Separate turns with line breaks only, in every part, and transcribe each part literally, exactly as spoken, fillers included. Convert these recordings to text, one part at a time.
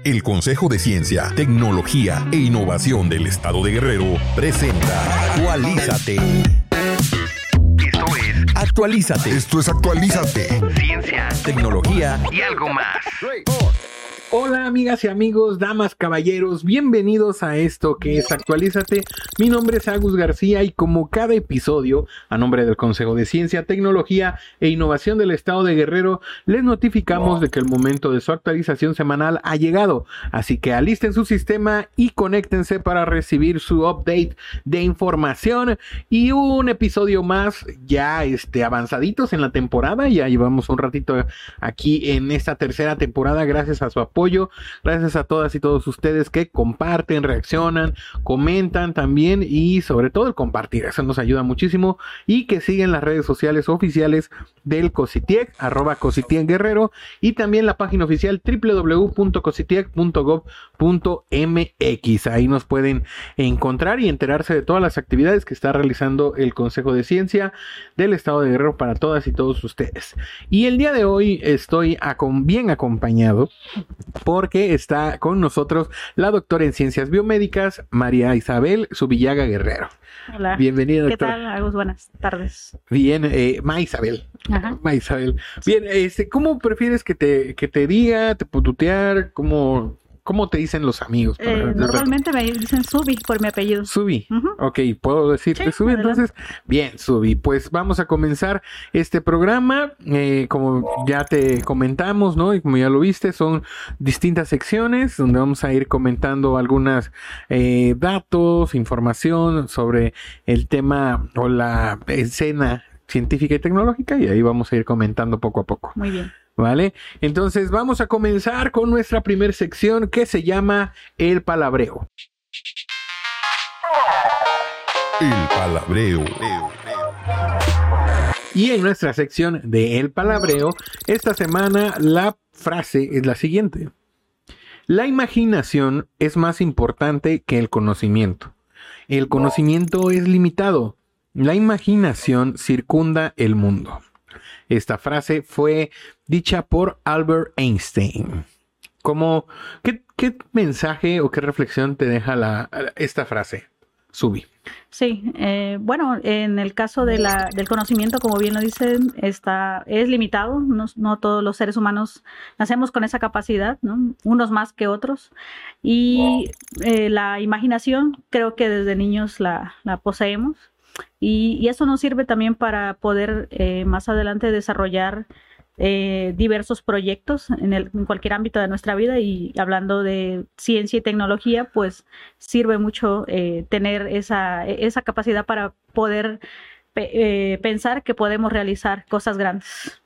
El Consejo de Ciencia, Tecnología e Innovación del Estado de Guerrero presenta Actualízate. Esto es Actualízate.
Esto es Actualízate.
Ciencia, tecnología y algo más.
Hola amigas y amigos, damas, caballeros, bienvenidos a esto que es Actualízate. Mi nombre es Agus García y como cada episodio, a nombre del Consejo de Ciencia, Tecnología e Innovación del Estado de Guerrero, les notificamos de que el momento de su actualización semanal ha llegado. Así que alisten su sistema y conéctense para recibir su update de información y un episodio más ya este, avanzaditos en la temporada. Ya llevamos un ratito aquí en esta tercera temporada gracias a su apoyo. Gracias a todas y todos ustedes que comparten, reaccionan, comentan también y sobre todo el compartir, eso nos ayuda muchísimo, y que siguen las redes sociales oficiales del COCITIEC, arroba COCITIEC Guerrero, y también la página oficial doble u doble u doble u punto cositiec punto gob punto eme equis. Ahí nos pueden encontrar y enterarse de todas las actividades que está realizando el Consejo de Ciencia del Estado de Guerrero para todas y todos ustedes. Y el día de hoy estoy bien acompañado porque está con nosotros la doctora en Ciencias Biomédicas, María Isabel Zubillaga Guerrero.
Hola.
Bienvenida, doctora.
¿Qué tal, Agus? Buenas tardes.
Bien, eh, Ma Isabel.
Ajá.
Ma Isabel. Bien, este, ¿cómo prefieres que te, que te diga, te puedo tutear? ¿Cómo, cómo te dicen los amigos? Para,
Eh, normalmente me dicen Subi por mi apellido.
Subi.
Ujú.
Ok, ¿puedo decirte
Sí,
Subi?
adelante.
Entonces, bien, Subi, pues vamos a comenzar este programa. Eh, como ya te comentamos, ¿no? Y como ya lo viste, son distintas secciones donde vamos a ir comentando algunas eh, datos, información sobre el tema o la escena científica y tecnológica, y ahí vamos a ir comentando poco a poco.
Muy bien.
¿Vale? Entonces vamos a comenzar con nuestra primer sección que se llama El Palabreo.
El palabreo.
Y en nuestra sección de El Palabreo, esta semana la frase es la siguiente: la imaginación es más importante que el conocimiento. El conocimiento es limitado. La imaginación circunda el mundo. Esta frase fue dicha por Albert Einstein. ¿Cómo, qué, qué mensaje o qué reflexión te deja la, esta frase, Subi?
Sí, eh, bueno, en el caso de la, del conocimiento, como bien lo dicen, está, es limitado. No, no todos los seres humanos nacemos con esa capacidad, ¿no? Unos más que otros. Y eh, la imaginación, creo que desde niños la, la poseemos. Y, y eso nos sirve también para poder eh, más adelante desarrollar eh, diversos proyectos en, el, en cualquier ámbito de nuestra vida. Y hablando de ciencia y tecnología, pues sirve mucho eh, tener esa, esa capacidad para poder pe- eh, pensar que podemos realizar cosas grandes.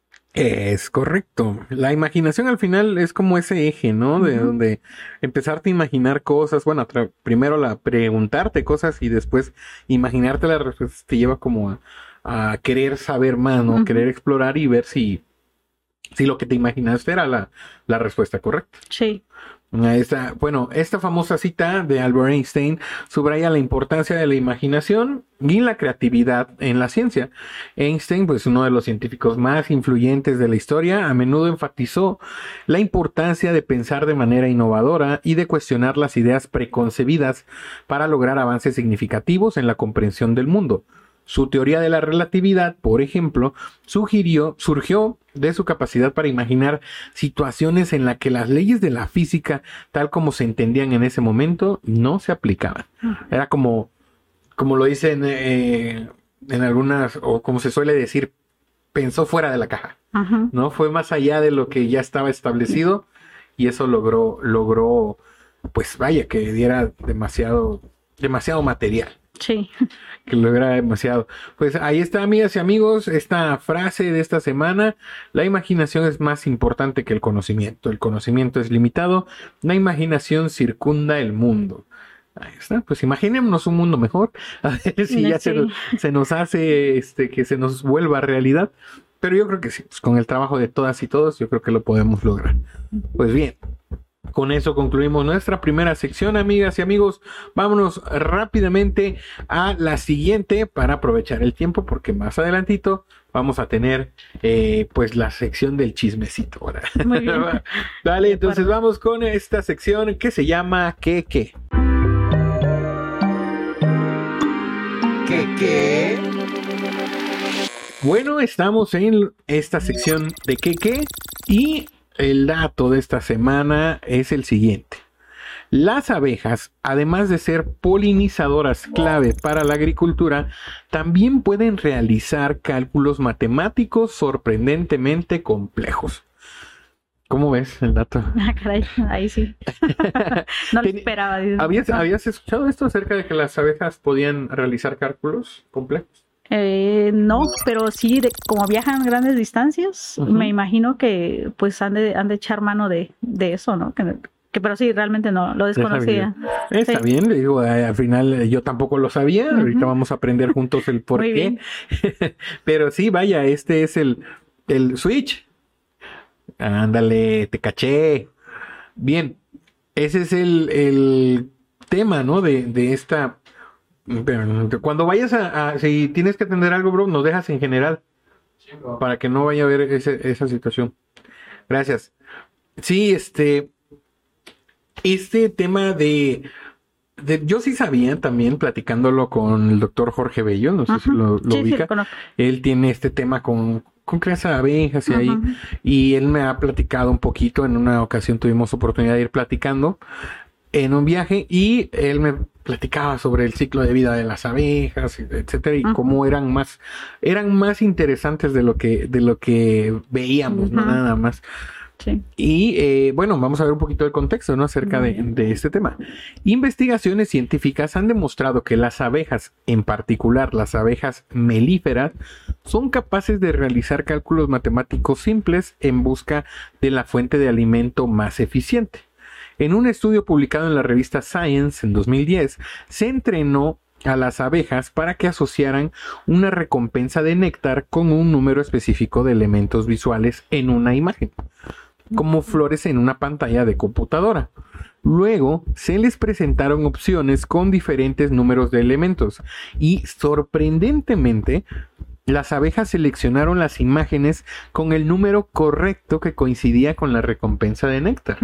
Es correcto. La imaginación al final es como ese eje, ¿no? De
Ujú.
donde empezarte a imaginar cosas, bueno, tra- primero la preguntarte cosas y después imaginarte la respuesta te lleva como a, a querer saber más, ¿no?
Ujú.
Querer explorar y ver si, si lo que te imaginaste era la, la respuesta correcta.
Sí.
Esta, bueno, esta famosa cita de Albert Einstein subraya la importancia de la imaginación y la creatividad en la ciencia. Einstein, pues uno de los científicos más influyentes de la historia, a menudo enfatizó la importancia de pensar de manera innovadora y de cuestionar las ideas preconcebidas para lograr avances significativos en la comprensión del mundo. Su teoría de la relatividad, por ejemplo, sugirió, surgió de su capacidad para imaginar situaciones en las que las leyes de la física, tal como se entendían en ese momento, no se aplicaban. Era como, como lo dicen eh, en algunas, o como se suele decir, pensó fuera de la caja,
Ajá.
¿no? Fue más allá de lo que ya estaba establecido y eso logró, logró, pues vaya, que diera demasiado, demasiado material.
Sí.
Que logra demasiado. Pues ahí está, amigas y amigos, esta frase de esta semana: la imaginación es más importante que el conocimiento. El conocimiento es limitado, la imaginación circunda el mundo. Ahí está, pues imaginémonos un mundo mejor, a ver si ya
Sí.
se, nos, se nos hace este que se nos vuelva realidad. Pero yo creo que sí, pues con el trabajo de todas y todos, yo creo que lo podemos lograr. Pues bien, Con eso concluimos nuestra primera sección, amigas y amigos. Vámonos rápidamente a la siguiente para aprovechar el tiempo, porque más adelantito vamos a tener eh, pues la sección del chismecito. Ahora.
Muy bien.
Dale, entonces vamos con esta sección que se llama ¿Qué qué?
¿Qué qué?
Bueno, estamos en esta sección de ¿Qué qué? Y el dato de esta semana es el siguiente. Las abejas, además de ser polinizadoras clave para la agricultura, también pueden realizar cálculos matemáticos sorprendentemente complejos. ¿Cómo ves el dato?
Ah, caray, ahí sí. No lo esperaba.
¿Habías, ¿Habías escuchado esto acerca de que las abejas podían realizar cálculos complejos?
Eh, no, pero sí, de, como viajan grandes distancias, uh-huh. me imagino que pues han de, han de echar mano de, de eso, ¿no? Que, que pero sí, realmente no, lo desconocía.
Está
sí.
bien, le digo, eh, al final yo tampoco lo sabía, uh-huh. ahorita vamos a aprender juntos el por
Muy
qué. Pero sí, vaya, este es el, el switch. Ándale, te caché. Bien, ese es el, el tema, ¿no? De, de esta... Cuando vayas a, a... Si tienes que atender algo, bro, nos dejas en general. Sí, bro. Para que no vaya a haber ese, esa situación. Gracias. Sí, este... Este tema de... de yo sí sabía también, platicándolo con el doctor Jorge Bello, no sé uh-huh. si lo, lo
sí,
ubica.
Sí,
él tiene este tema con... con crianza de abejas y uh-huh. ahí, y él me ha platicado un poquito. En una ocasión tuvimos oportunidad de ir platicando en un viaje y él me platicaba sobre el ciclo de vida de las abejas, etcétera, y uh-huh. cómo eran más, eran más interesantes de lo que, de lo que veíamos, uh-huh. no nada más.
Sí.
Y eh, bueno, vamos a ver un poquito el contexto, ¿no? Acerca de, de este tema. Investigaciones científicas han demostrado que las abejas, en particular las abejas melíferas, son capaces de realizar cálculos matemáticos simples en busca de la fuente de alimento más eficiente. En un estudio publicado en la revista Science en dos mil diez, se entrenó a las abejas para que asociaran una recompensa de néctar con un número específico de elementos visuales en una imagen, como flores en una pantalla de computadora. Luego se les presentaron opciones con diferentes números de elementos y, sorprendentemente, las abejas seleccionaron las imágenes con el número correcto que coincidía con la recompensa de néctar.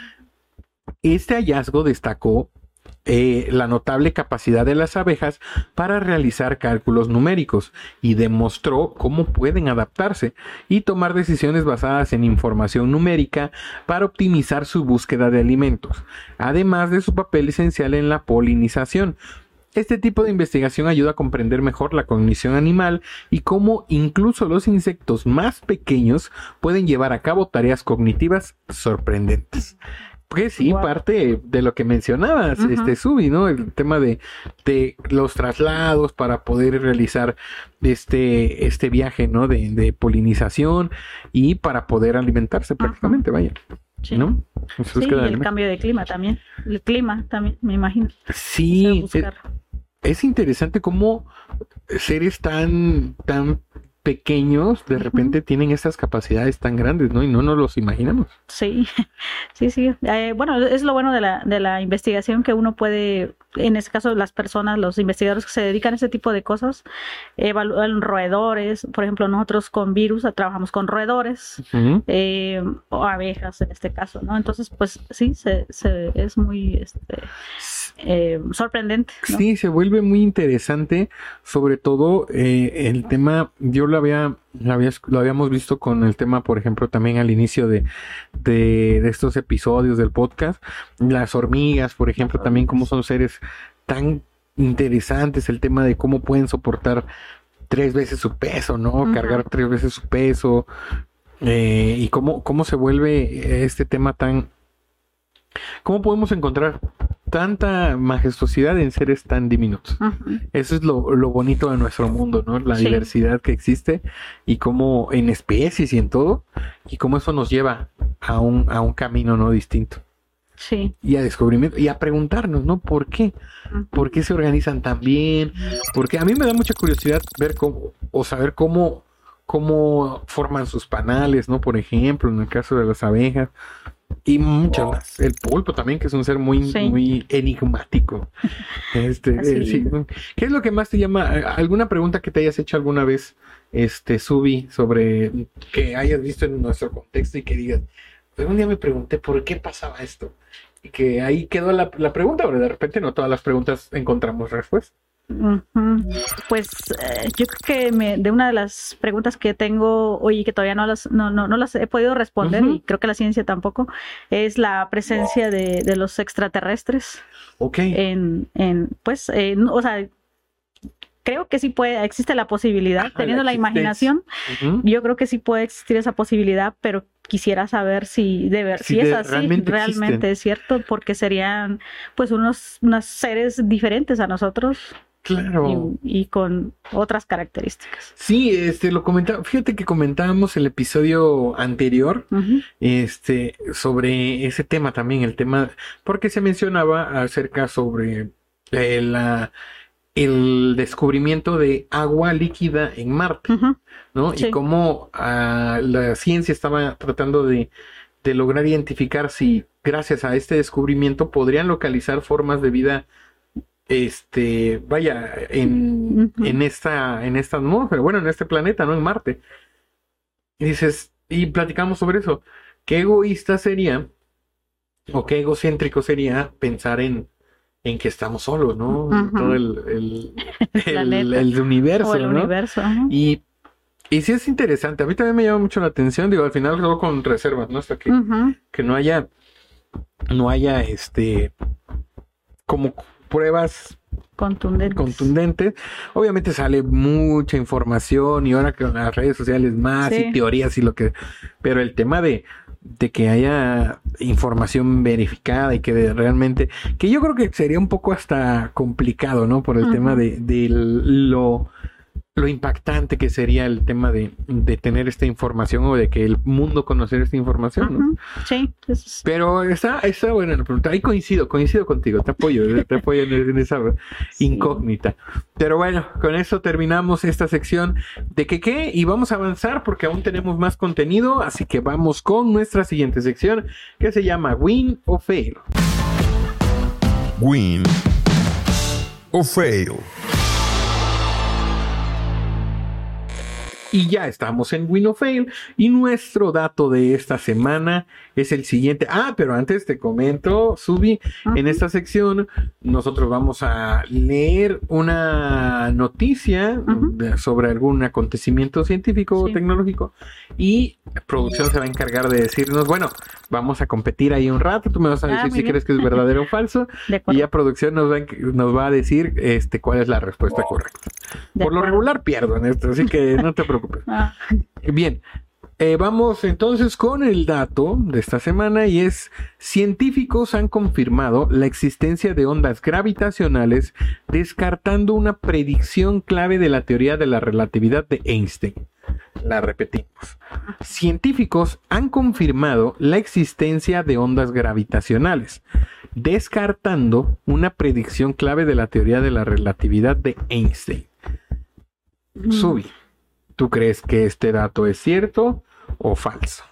Este hallazgo destacó Eh, la notable capacidad de las abejas para realizar cálculos numéricos y demostró cómo pueden adaptarse y tomar decisiones basadas en información numérica para optimizar su búsqueda de alimentos, además de su papel esencial en la polinización. Este tipo de investigación ayuda a comprender mejor la cognición animal y cómo incluso los insectos más pequeños pueden llevar a cabo tareas cognitivas sorprendentes. Pues sí, wow. Parte de lo que mencionabas, uh-huh. este Subi, ¿no? El tema de, de los traslados para poder realizar este, este viaje, ¿no? De, de polinización y para poder alimentarse prácticamente, uh-huh. vaya.
Sí,
¿no?
Sí, y el cambio de clima también. El clima también, me imagino.
Sí, es, es interesante cómo seres tan, tan pequeños de repente uh-huh. tienen estas capacidades tan grandes, ¿no? Y no nos los imaginamos.
Sí, sí, sí. Eh, bueno, es lo bueno de la, de la investigación, que uno puede, en este caso las personas, los investigadores que se dedican a ese tipo de cosas, evalúan roedores. Por ejemplo, nosotros con virus trabajamos con roedores, uh-huh. eh, o abejas en este caso, ¿no? Entonces, pues sí, se, se, es muy este, eh, sorprendente, ¿no?
Sí, se vuelve muy interesante, sobre todo eh, el tema, yo lo había, lo había, lo habíamos visto con el tema, por ejemplo, también al inicio de, de, de estos episodios del podcast, las hormigas, por ejemplo, también como son seres tan interesantes, el tema de cómo pueden soportar tres veces su peso, ¿no? Uh-huh. Cargar tres veces su peso, eh, y cómo, cómo se vuelve este tema tan... ¿Cómo podemos encontrar tanta majestuosidad en seres tan diminutos? Uh-huh. Eso es lo, lo bonito de nuestro mundo, ¿no? La sí. diversidad que existe y cómo en especies y en todo, y cómo eso nos lleva a un, a un camino, ¿no? Distinto.
Sí.
Y a descubrimiento, y a preguntarnos, ¿no? ¿Por qué? Uh-huh. ¿Por qué se organizan tan bien? Porque a mí me da mucha curiosidad ver cómo, o saber cómo, cómo forman sus panales, ¿no? Por ejemplo, en el caso de las abejas. Y mucho más. El pulpo también, que es un ser muy, sí. muy enigmático. Este, eh, sí. ¿Qué es lo que más te llama? ¿Alguna pregunta que te hayas hecho alguna vez, este, Subi, sobre que hayas visto en nuestro contexto y que digas, pues un día me pregunté por qué pasaba esto? Y que ahí quedó la, la pregunta, pero de repente no todas las preguntas encontramos respuesta.
Uh-huh. Pues eh, yo creo que me, de una de las preguntas que tengo hoy que todavía no las no, no, no las he podido responder, uh-huh. y creo que la ciencia tampoco, es la presencia de, de los extraterrestres.
Okay.
En, en pues, eh, o sea, creo que sí puede, existe la posibilidad, ah, teniendo la, la imaginación, uh-huh. yo creo que sí puede existir esa posibilidad, pero quisiera saber si de ver, si, si es así, realmente, realmente es cierto, porque serían pues unos, unos seres diferentes a nosotros.
Claro.
Y, y con otras características.
Sí, este lo comentaba, fíjate que comentábamos el episodio anterior, uh-huh. este, sobre ese tema también, el tema, porque se mencionaba acerca sobre eh, la el descubrimiento de agua líquida en Marte, uh-huh. ¿no? Sí. Y cómo uh, la ciencia estaba tratando de, de lograr identificar si gracias a este descubrimiento podrían localizar formas de vida, este, vaya, en, uh-huh. en esta, en esta atmósfera, bueno, en este planeta, ¿no? En Marte. Y dices, y platicamos sobre eso. ¿Qué egoísta sería, o qué egocéntrico sería pensar en en que estamos solos, ¿no? Uh-huh. Todo el, el, el, el, el universo,
o el
¿no?
universo, uh-huh.
Y, y sí es interesante. A mí también me llama mucho la atención. Digo, al final luego con reservas, ¿no? Hasta que, uh-huh. que no haya, no haya, este, como pruebas
contundentes.
contundentes. Obviamente sale mucha información y ahora con las redes sociales más, sí. y teorías y lo que... Pero el tema de... de que haya información verificada y que de realmente, que yo creo que sería un poco hasta complicado, ¿no? Por el uh-huh. tema de, de lo, lo impactante que sería el tema de, de tener esta información o de que el mundo conocer esta información, ¿no?
Uh-huh. Sí. Es...
Pero está, está buena la pregunta. Ahí coincido, coincido contigo, te apoyo, te apoyo en, en esa sí. incógnita. Pero bueno, con eso terminamos esta sección de que qué y vamos a avanzar porque aún tenemos más contenido, así que vamos con nuestra siguiente sección que se llama Win o Fail.
Win o Fail.
Y ya estamos en Win o Fail y nuestro dato de esta semana es el siguiente. Ah, pero antes te comento, Subi, uh-huh. en esta sección nosotros vamos a leer una noticia uh-huh. de, sobre algún acontecimiento científico sí. o tecnológico y producción se va a encargar de decirnos, bueno, vamos a competir ahí un rato, tú me vas a decir ah, si bien. crees que es verdadero o falso y ya producción nos va, a, nos va a decir este cuál es la respuesta correcta. De Por acuerdo. Lo regular pierdo en esto, así que no te preocupes. Ah. Bien, eh, vamos entonces con el dato de esta semana y es: científicos han confirmado la existencia de ondas gravitacionales descartando una predicción clave de la teoría de la relatividad de Einstein. La repetimos. Científicos han confirmado la existencia de ondas gravitacionales descartando una predicción clave de la teoría de la relatividad de Einstein. Mm. Subi, ¿tú crees que este dato es cierto o falso?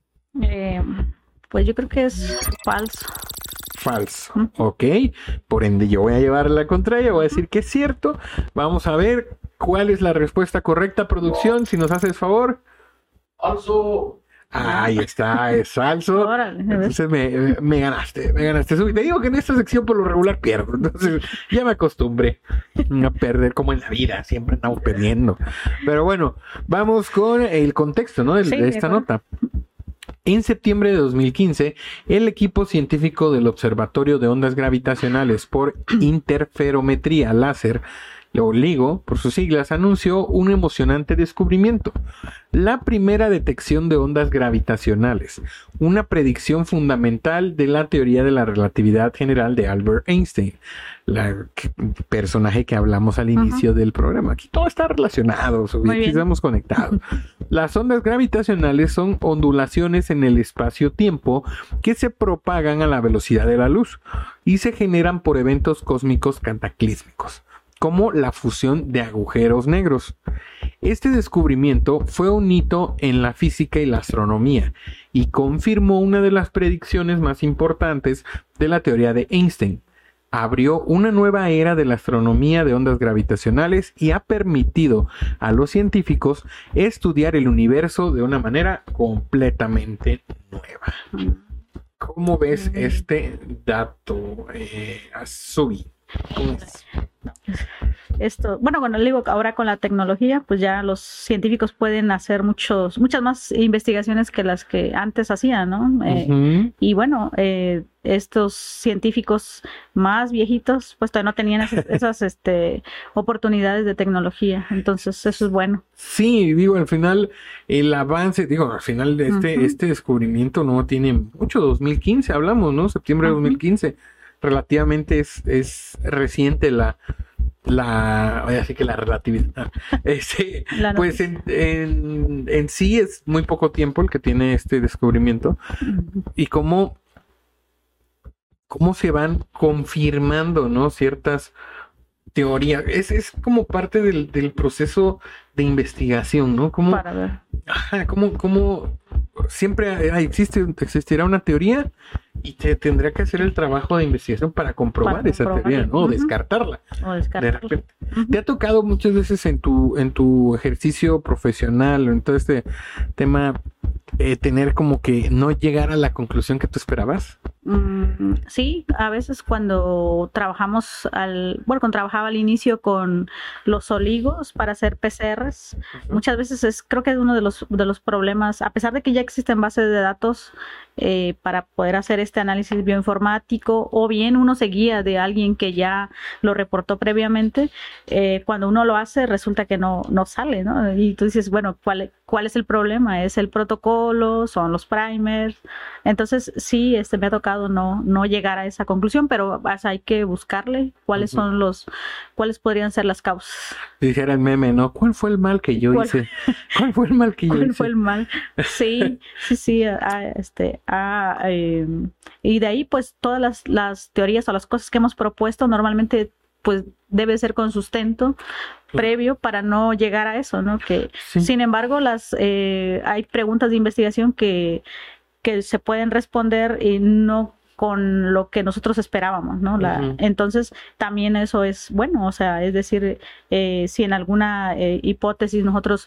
Eh, pues yo creo que es falso.
Falso, ¿Mm? Ok. Por ende, yo voy a llevar la contraria, voy a decir que es cierto. Vamos a ver cuál es la respuesta correcta, producción, si nos haces favor.
Falso.
Ahí está, es falso. Entonces me, me ganaste, me ganaste. Te digo que en esta sección por lo regular pierdo. Entonces ya me acostumbré a perder como en la vida. Siempre andamos perdiendo. Pero bueno, vamos con el contexto, ¿no? De, sí, de esta nota. En septiembre de dos mil quince, el equipo científico del Observatorio de Ondas Gravitacionales por Interferometría Láser, o LIGO, por sus siglas, anunció un emocionante descubrimiento: la primera detección de ondas gravitacionales, una predicción fundamental de la teoría de la relatividad general de Albert Einstein, el personaje que hablamos al inicio uh-huh. del programa. Aquí todo está relacionado, aquí estamos conectados. Las ondas gravitacionales son ondulaciones en el espacio-tiempo que se propagan a la velocidad de la luz y se generan por eventos cósmicos cataclísmicos. como la fusión de agujeros negros. Este descubrimiento fue un hito en la física y la astronomía y confirmó una de las predicciones más importantes de la teoría de Einstein. Abrió una nueva era de la astronomía de ondas gravitacionales y ha permitido a los científicos estudiar el universo de una manera completamente nueva. ¿Cómo ves este dato, eh, Azubi? ¿Cómo es?
Esto, bueno, bueno, le digo, ahora con la tecnología, pues ya los científicos pueden hacer muchos, muchas más investigaciones que las que antes hacían, ¿no? Eh, uh-huh. Y bueno, eh, estos científicos más viejitos, pues todavía no tenían esas, esas este, oportunidades de tecnología, entonces eso es bueno.
Sí, digo, al final el avance, digo, al final de este, uh-huh. este descubrimiento no tiene mucho, dos mil quince hablamos, ¿no? Septiembre de uh-huh. dos mil quince, relativamente es, es reciente la la así que la relatividad este, la pues en, en, en sí es muy poco tiempo el que tiene este descubrimiento uh-huh. y cómo cómo se van confirmando, ¿no? Ciertas teorías, es, es como parte del, del proceso de investigación, ¿no? Como,
para ver.
Ajá, como, como siempre existe, existirá una teoría y te tendrá que hacer el trabajo de investigación para comprobar para esa comprobar. teoría, ¿no? O uh-huh. descartarla.
O descartarla.
De repente. Uh-huh. ¿Te ha tocado muchas veces en tu, en tu ejercicio profesional o en todo este tema eh, tener como que no llegar a la conclusión que tú esperabas?
Mm, sí, a veces cuando trabajamos al, bueno, cuando trabajaba al inicio con los oligos para hacer P C Rs, uh-huh. muchas veces es, creo que es uno de los, de los problemas, a pesar de que ya existen bases de datos eh, para poder hacer este análisis bioinformático, o bien uno se guía de alguien que ya lo reportó previamente, eh, cuando uno lo hace resulta que no, no sale, ¿no? Y tú dices, bueno, ¿cuál, cuál es el problema? ¿Es el protocolo? ¿Son los primers? Entonces sí, este me ha tocado no, no llegar a esa conclusión, pero pues, hay que buscarle cuáles uh-huh. son los, cuáles podrían ser las causas.
Dijera el meme, ¿no? ¿Cuál fue el mal que yo
¿Cuál?
hice? ¿Cuál fue el mal que yo
¿Cuál
hice?
¿Cuál fue el mal? Sí, sí, sí, a, este, a, eh, y de ahí pues todas las, las teorías o las cosas que hemos propuesto normalmente pues debe ser con sustento previo para no llegar a eso, ¿no? Que sí. Sin embargo las eh, hay preguntas de investigación que que se pueden responder y no con lo que nosotros esperábamos, ¿no? La, uh-huh. Entonces, también eso es bueno, o sea, es decir, eh, si en alguna eh, hipótesis nosotros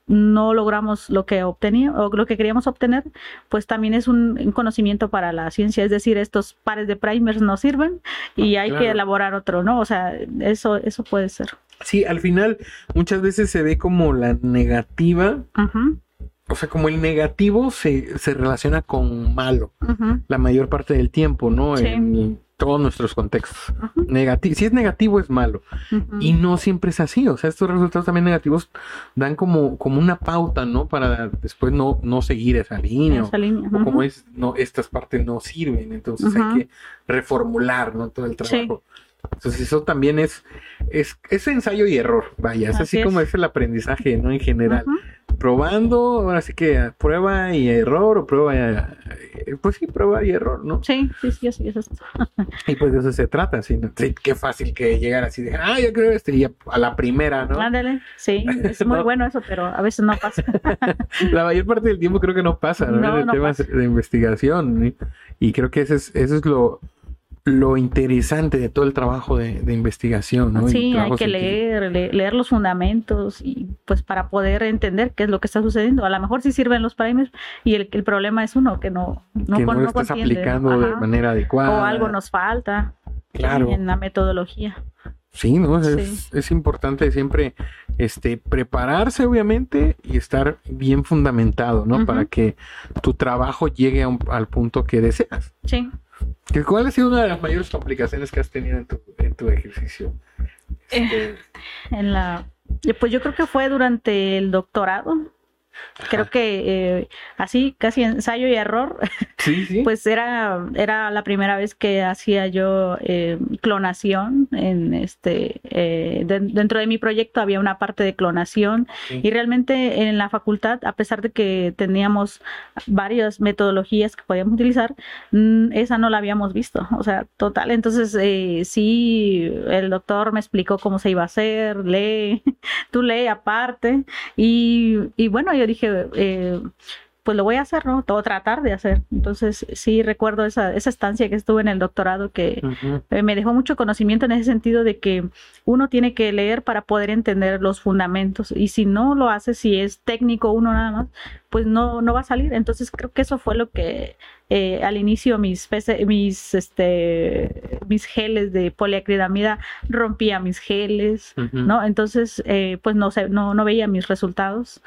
no logramos lo que obteníamos o lo que queríamos obtener, pues también es un, un conocimiento para la ciencia, es decir, estos pares de primers no sirven y hay claro. que elaborar otro, ¿no? O sea, eso, eso puede ser.
Sí, al final muchas veces se ve como la negativa.
Uh-huh.
O sea, como el negativo se, se relaciona con malo uh-huh. la mayor parte del tiempo, ¿no?
Sí.
En todos nuestros contextos. Uh-huh. Negati- si es negativo, es malo. Uh-huh. Y no siempre es así. O sea, estos resultados también negativos dan como, como una pauta, ¿no? Para después no, no seguir esa línea.
Esa línea. Uh-huh.
O como es, no, estas partes no sirven. Entonces uh-huh. hay que reformular, ¿no? Todo el trabajo. Sí. Entonces eso también es, es, es ensayo y error. Vaya, es así, así es. Como es el aprendizaje, ¿no? En general. Uh-huh. Probando, ahora sí que prueba y error, o prueba, y, pues sí, prueba y error, ¿no?
Sí, sí, sí, así es esto.
Y pues de eso se trata, ¿sí? Sí, qué fácil que llegar así de, ah, yo creo este, y a la primera, ¿no?
Ándale, sí, es muy ¿no? bueno eso, pero a veces no pasa.
La mayor parte del tiempo creo que no pasa, ¿no?
No,
en el
no
tema
pasa.
de investigación, ¿sí? Y creo que eso es, eso es lo... lo interesante de todo el trabajo de, de investigación, ¿no?
Sí, hay que leer, leer, leer los fundamentos y pues para poder entender qué es lo que está sucediendo. A lo mejor sí sirven los primers y el, el problema es uno que no no,
que no,
no
estás
contiende,
aplicando
¿no?
de manera adecuada.
O algo nos falta
claro.
en la metodología.
Sí, ¿no?
Sí.
Es, es importante siempre este, prepararse, obviamente, y estar bien fundamentado, ¿no? Uh-huh. Para que tu trabajo llegue a un, al punto que deseas.
Sí.
¿Cuál ha sido una de las mayores complicaciones que has tenido en tu, en tu ejercicio? Este...
Eh, en la, pues yo creo que fue durante el doctorado. Creo que eh, así, casi ensayo y error,
sí, sí.
Pues era, era la primera vez que hacía yo eh, clonación. En este eh, de, dentro de mi proyecto había una parte de clonación, sí. Y realmente en la facultad, a pesar de que teníamos varias metodologías que podíamos utilizar, mmm, esa no la habíamos visto, o sea, total. Entonces eh, sí, el doctor me explicó cómo se iba a hacer, lee, tú lee aparte, y, y bueno, yo dije, eh, pues lo voy a hacer, ¿no? O tratar de hacer. Entonces, sí recuerdo esa, esa estancia que estuve en el doctorado que uh-huh. eh, me dejó mucho conocimiento en ese sentido de que uno tiene que leer para poder entender los fundamentos, y si no lo hace, si es técnico uno nada más, pues no, no va a salir. Entonces, creo que eso fue lo que eh, al inicio mis, mis, este, mis geles de poliacridamida rompía mis geles, uh-huh. ¿no? Entonces, eh, pues no, no, no veía mis resultados.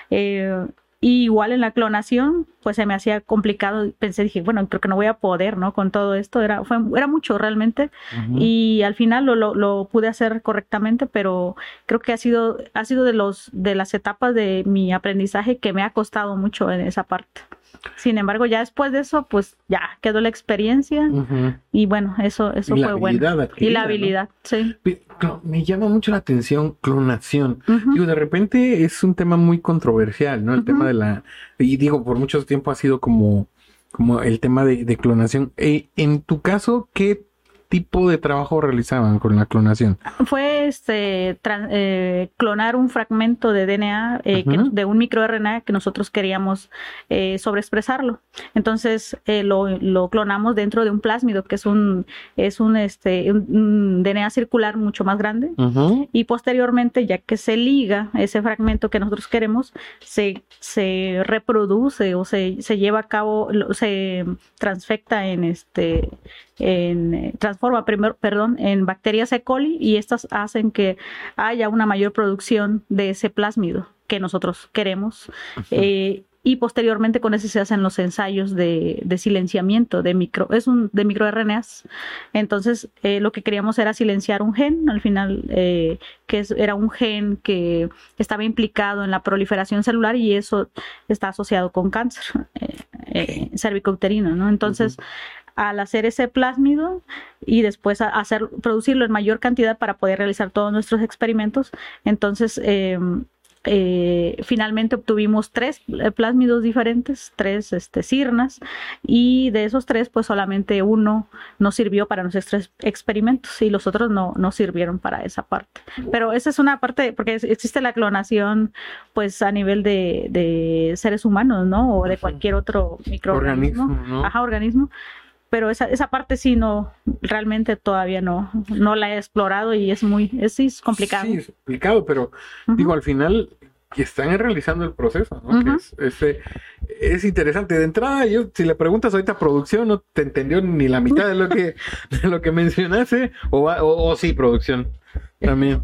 Eh, Y igual en la clonación, pues se me hacía complicado. Pensé, dije, bueno, creo que no voy a poder, ¿no? Con todo esto, era, fue, era mucho realmente. Uh-huh. Y al final lo, lo, lo pude hacer correctamente, pero creo que ha sido, ha sido de, los, de las etapas de mi aprendizaje que me ha costado mucho en esa parte. Sin embargo, ya después de eso, pues ya quedó la experiencia, uh-huh. y bueno, eso, eso fue bueno.
Adquirida,
y la habilidad, ¿no? Sí.
Me llama mucho la atención clonación. Uh-huh. Digo, de repente es un tema muy controversial, ¿no? El uh-huh. tema de la... Y digo, por mucho tiempo ha sido como, como el tema de, de clonación. Eh, en tu caso, ¿qué tipo de trabajo realizaban con la clonación?
Fue este tra- eh, clonar un fragmento de D N A eh, uh-huh. que, de un microRNA que nosotros queríamos eh, sobreexpresarlo. Entonces eh, lo, lo clonamos dentro de un plásmido, que es un es un este un, un D N A circular mucho más grande, uh-huh. y posteriormente, ya que se liga ese fragmento que nosotros queremos, se, se reproduce o se, se lleva a cabo, se transfecta en este en transforma primero, perdón, en bacterias E. coli, y estas hacen que haya una mayor producción de ese plásmido que nosotros queremos. Uh-huh. Eh, y posteriormente con ese se hacen los ensayos de, de silenciamiento de micro, es un de microRNAs. Entonces eh, lo que queríamos era silenciar un gen, al final eh, que es, era un gen que estaba implicado en la proliferación celular, y eso está asociado con cáncer eh, eh, cervicouterino, ¿no? Entonces uh-huh. al hacer ese plásmido y después hacer producirlo en mayor cantidad para poder realizar todos nuestros experimentos, entonces eh, eh, finalmente obtuvimos tres plásmidos diferentes, tres este, sirnas, y de esos tres pues solamente uno nos sirvió para nuestros experimentos y los otros no, no sirvieron para esa parte. Pero esa es una parte, porque existe la clonación pues a nivel de, de seres humanos, ¿no? O de cualquier otro microorganismo.
Organismo, ¿no?
Ajá, organismo. Pero esa, esa parte sí no, realmente todavía no, no la he explorado, y es muy, es, sí, es complicado.
Sí, es complicado, pero uh-huh. digo, al final están realizando el proceso, ¿no? Uh-huh. Que es, es, es interesante. De entrada, yo, si le preguntas ahorita a producción, no te entendió ni la mitad de lo que, de lo que mencionaste, o, o, o sí, producción, también.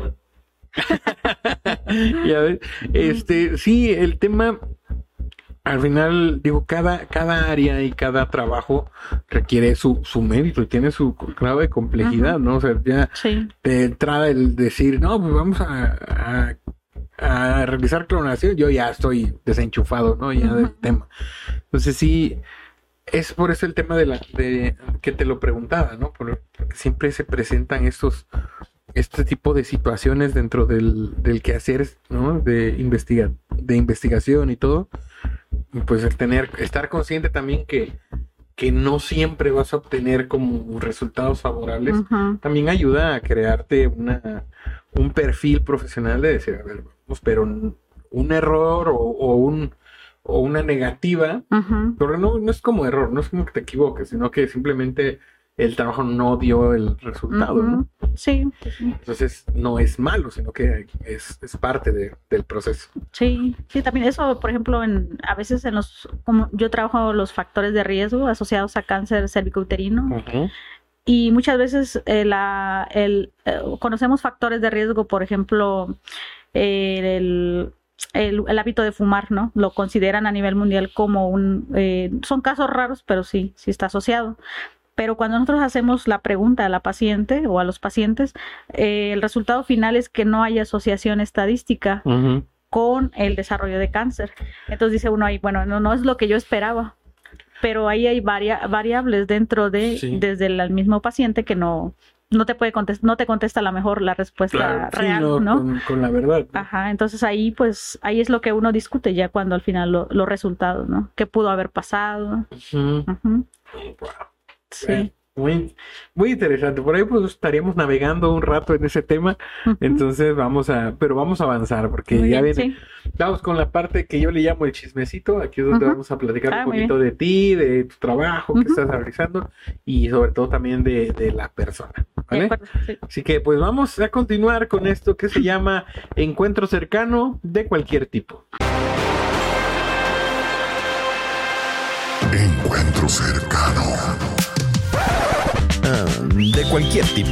Ya ves, este, sí, el tema... Al final, digo, cada, cada área y cada trabajo requiere su, su mérito y tiene su grado de complejidad, uh-huh. ¿no? O sea, ya
sí.
de entrada el decir, no, pues vamos a, a, a realizar clonación, yo ya estoy desenchufado, ¿no? Ya uh-huh. del tema. Entonces sí, es por eso el tema de la de que te lo preguntaba, ¿no? Porque siempre se presentan estos este tipo de situaciones dentro del, del quehacer, ¿no? De investigar, de investigación y todo. Pues el tener, estar consciente también que, que no siempre vas a obtener como resultados favorables, uh-huh. también ayuda a crearte una, un perfil profesional de decir, a ver, vamos, pero un, un error o, o un o una negativa, uh-huh. pero no, no es como error, no es como que te equivoques, sino que simplemente el trabajo no dio el resultado, uh-huh. ¿no?
Sí.
Entonces no es malo, sino que es, es parte de, del proceso.
Sí, sí, también eso, por ejemplo, en, a veces en los, como yo trabajo los factores de riesgo asociados a cáncer cervicouterino, uh-huh. y muchas veces eh, la, el, eh, conocemos factores de riesgo, por ejemplo, eh, el... El, el hábito de fumar, ¿no? Lo consideran a nivel mundial como un... Eh, son casos raros, pero sí, sí está asociado. Pero cuando nosotros hacemos la pregunta a la paciente o a los pacientes, eh, el resultado final es que no hay asociación estadística uh-huh. con el desarrollo de cáncer. Entonces dice uno ahí, bueno, no, no es lo que yo esperaba, pero ahí hay varia, variables dentro de, sí. desde el mismo paciente que no, no te puede contestar, no te contesta a lo mejor la respuesta claro, real, sí, no, ¿no?
Con, con la verdad. ¿No?
Ajá, entonces ahí pues, ahí es lo que uno discute ya cuando al final lo, los resultados, ¿no? ¿Qué pudo haber pasado? Uh-huh. Uh-huh.
Wow. Sí. Eh. Muy, muy interesante. Por ahí pues estaríamos navegando un rato en ese tema. Uh-huh. Entonces vamos a, pero vamos a avanzar porque muy ya bien, viene. Sí. Vamos con la parte que yo le llamo el chismecito. Aquí es donde uh-huh. vamos a platicar ah, un poquito de ti, de tu trabajo uh-huh. que estás realizando y sobre todo también de, de la persona. ¿Vale? Acuerdo, sí. Así que pues vamos a continuar con esto que se llama encuentro cercano de cualquier tipo.
Encuentro cercano. De cualquier tipo.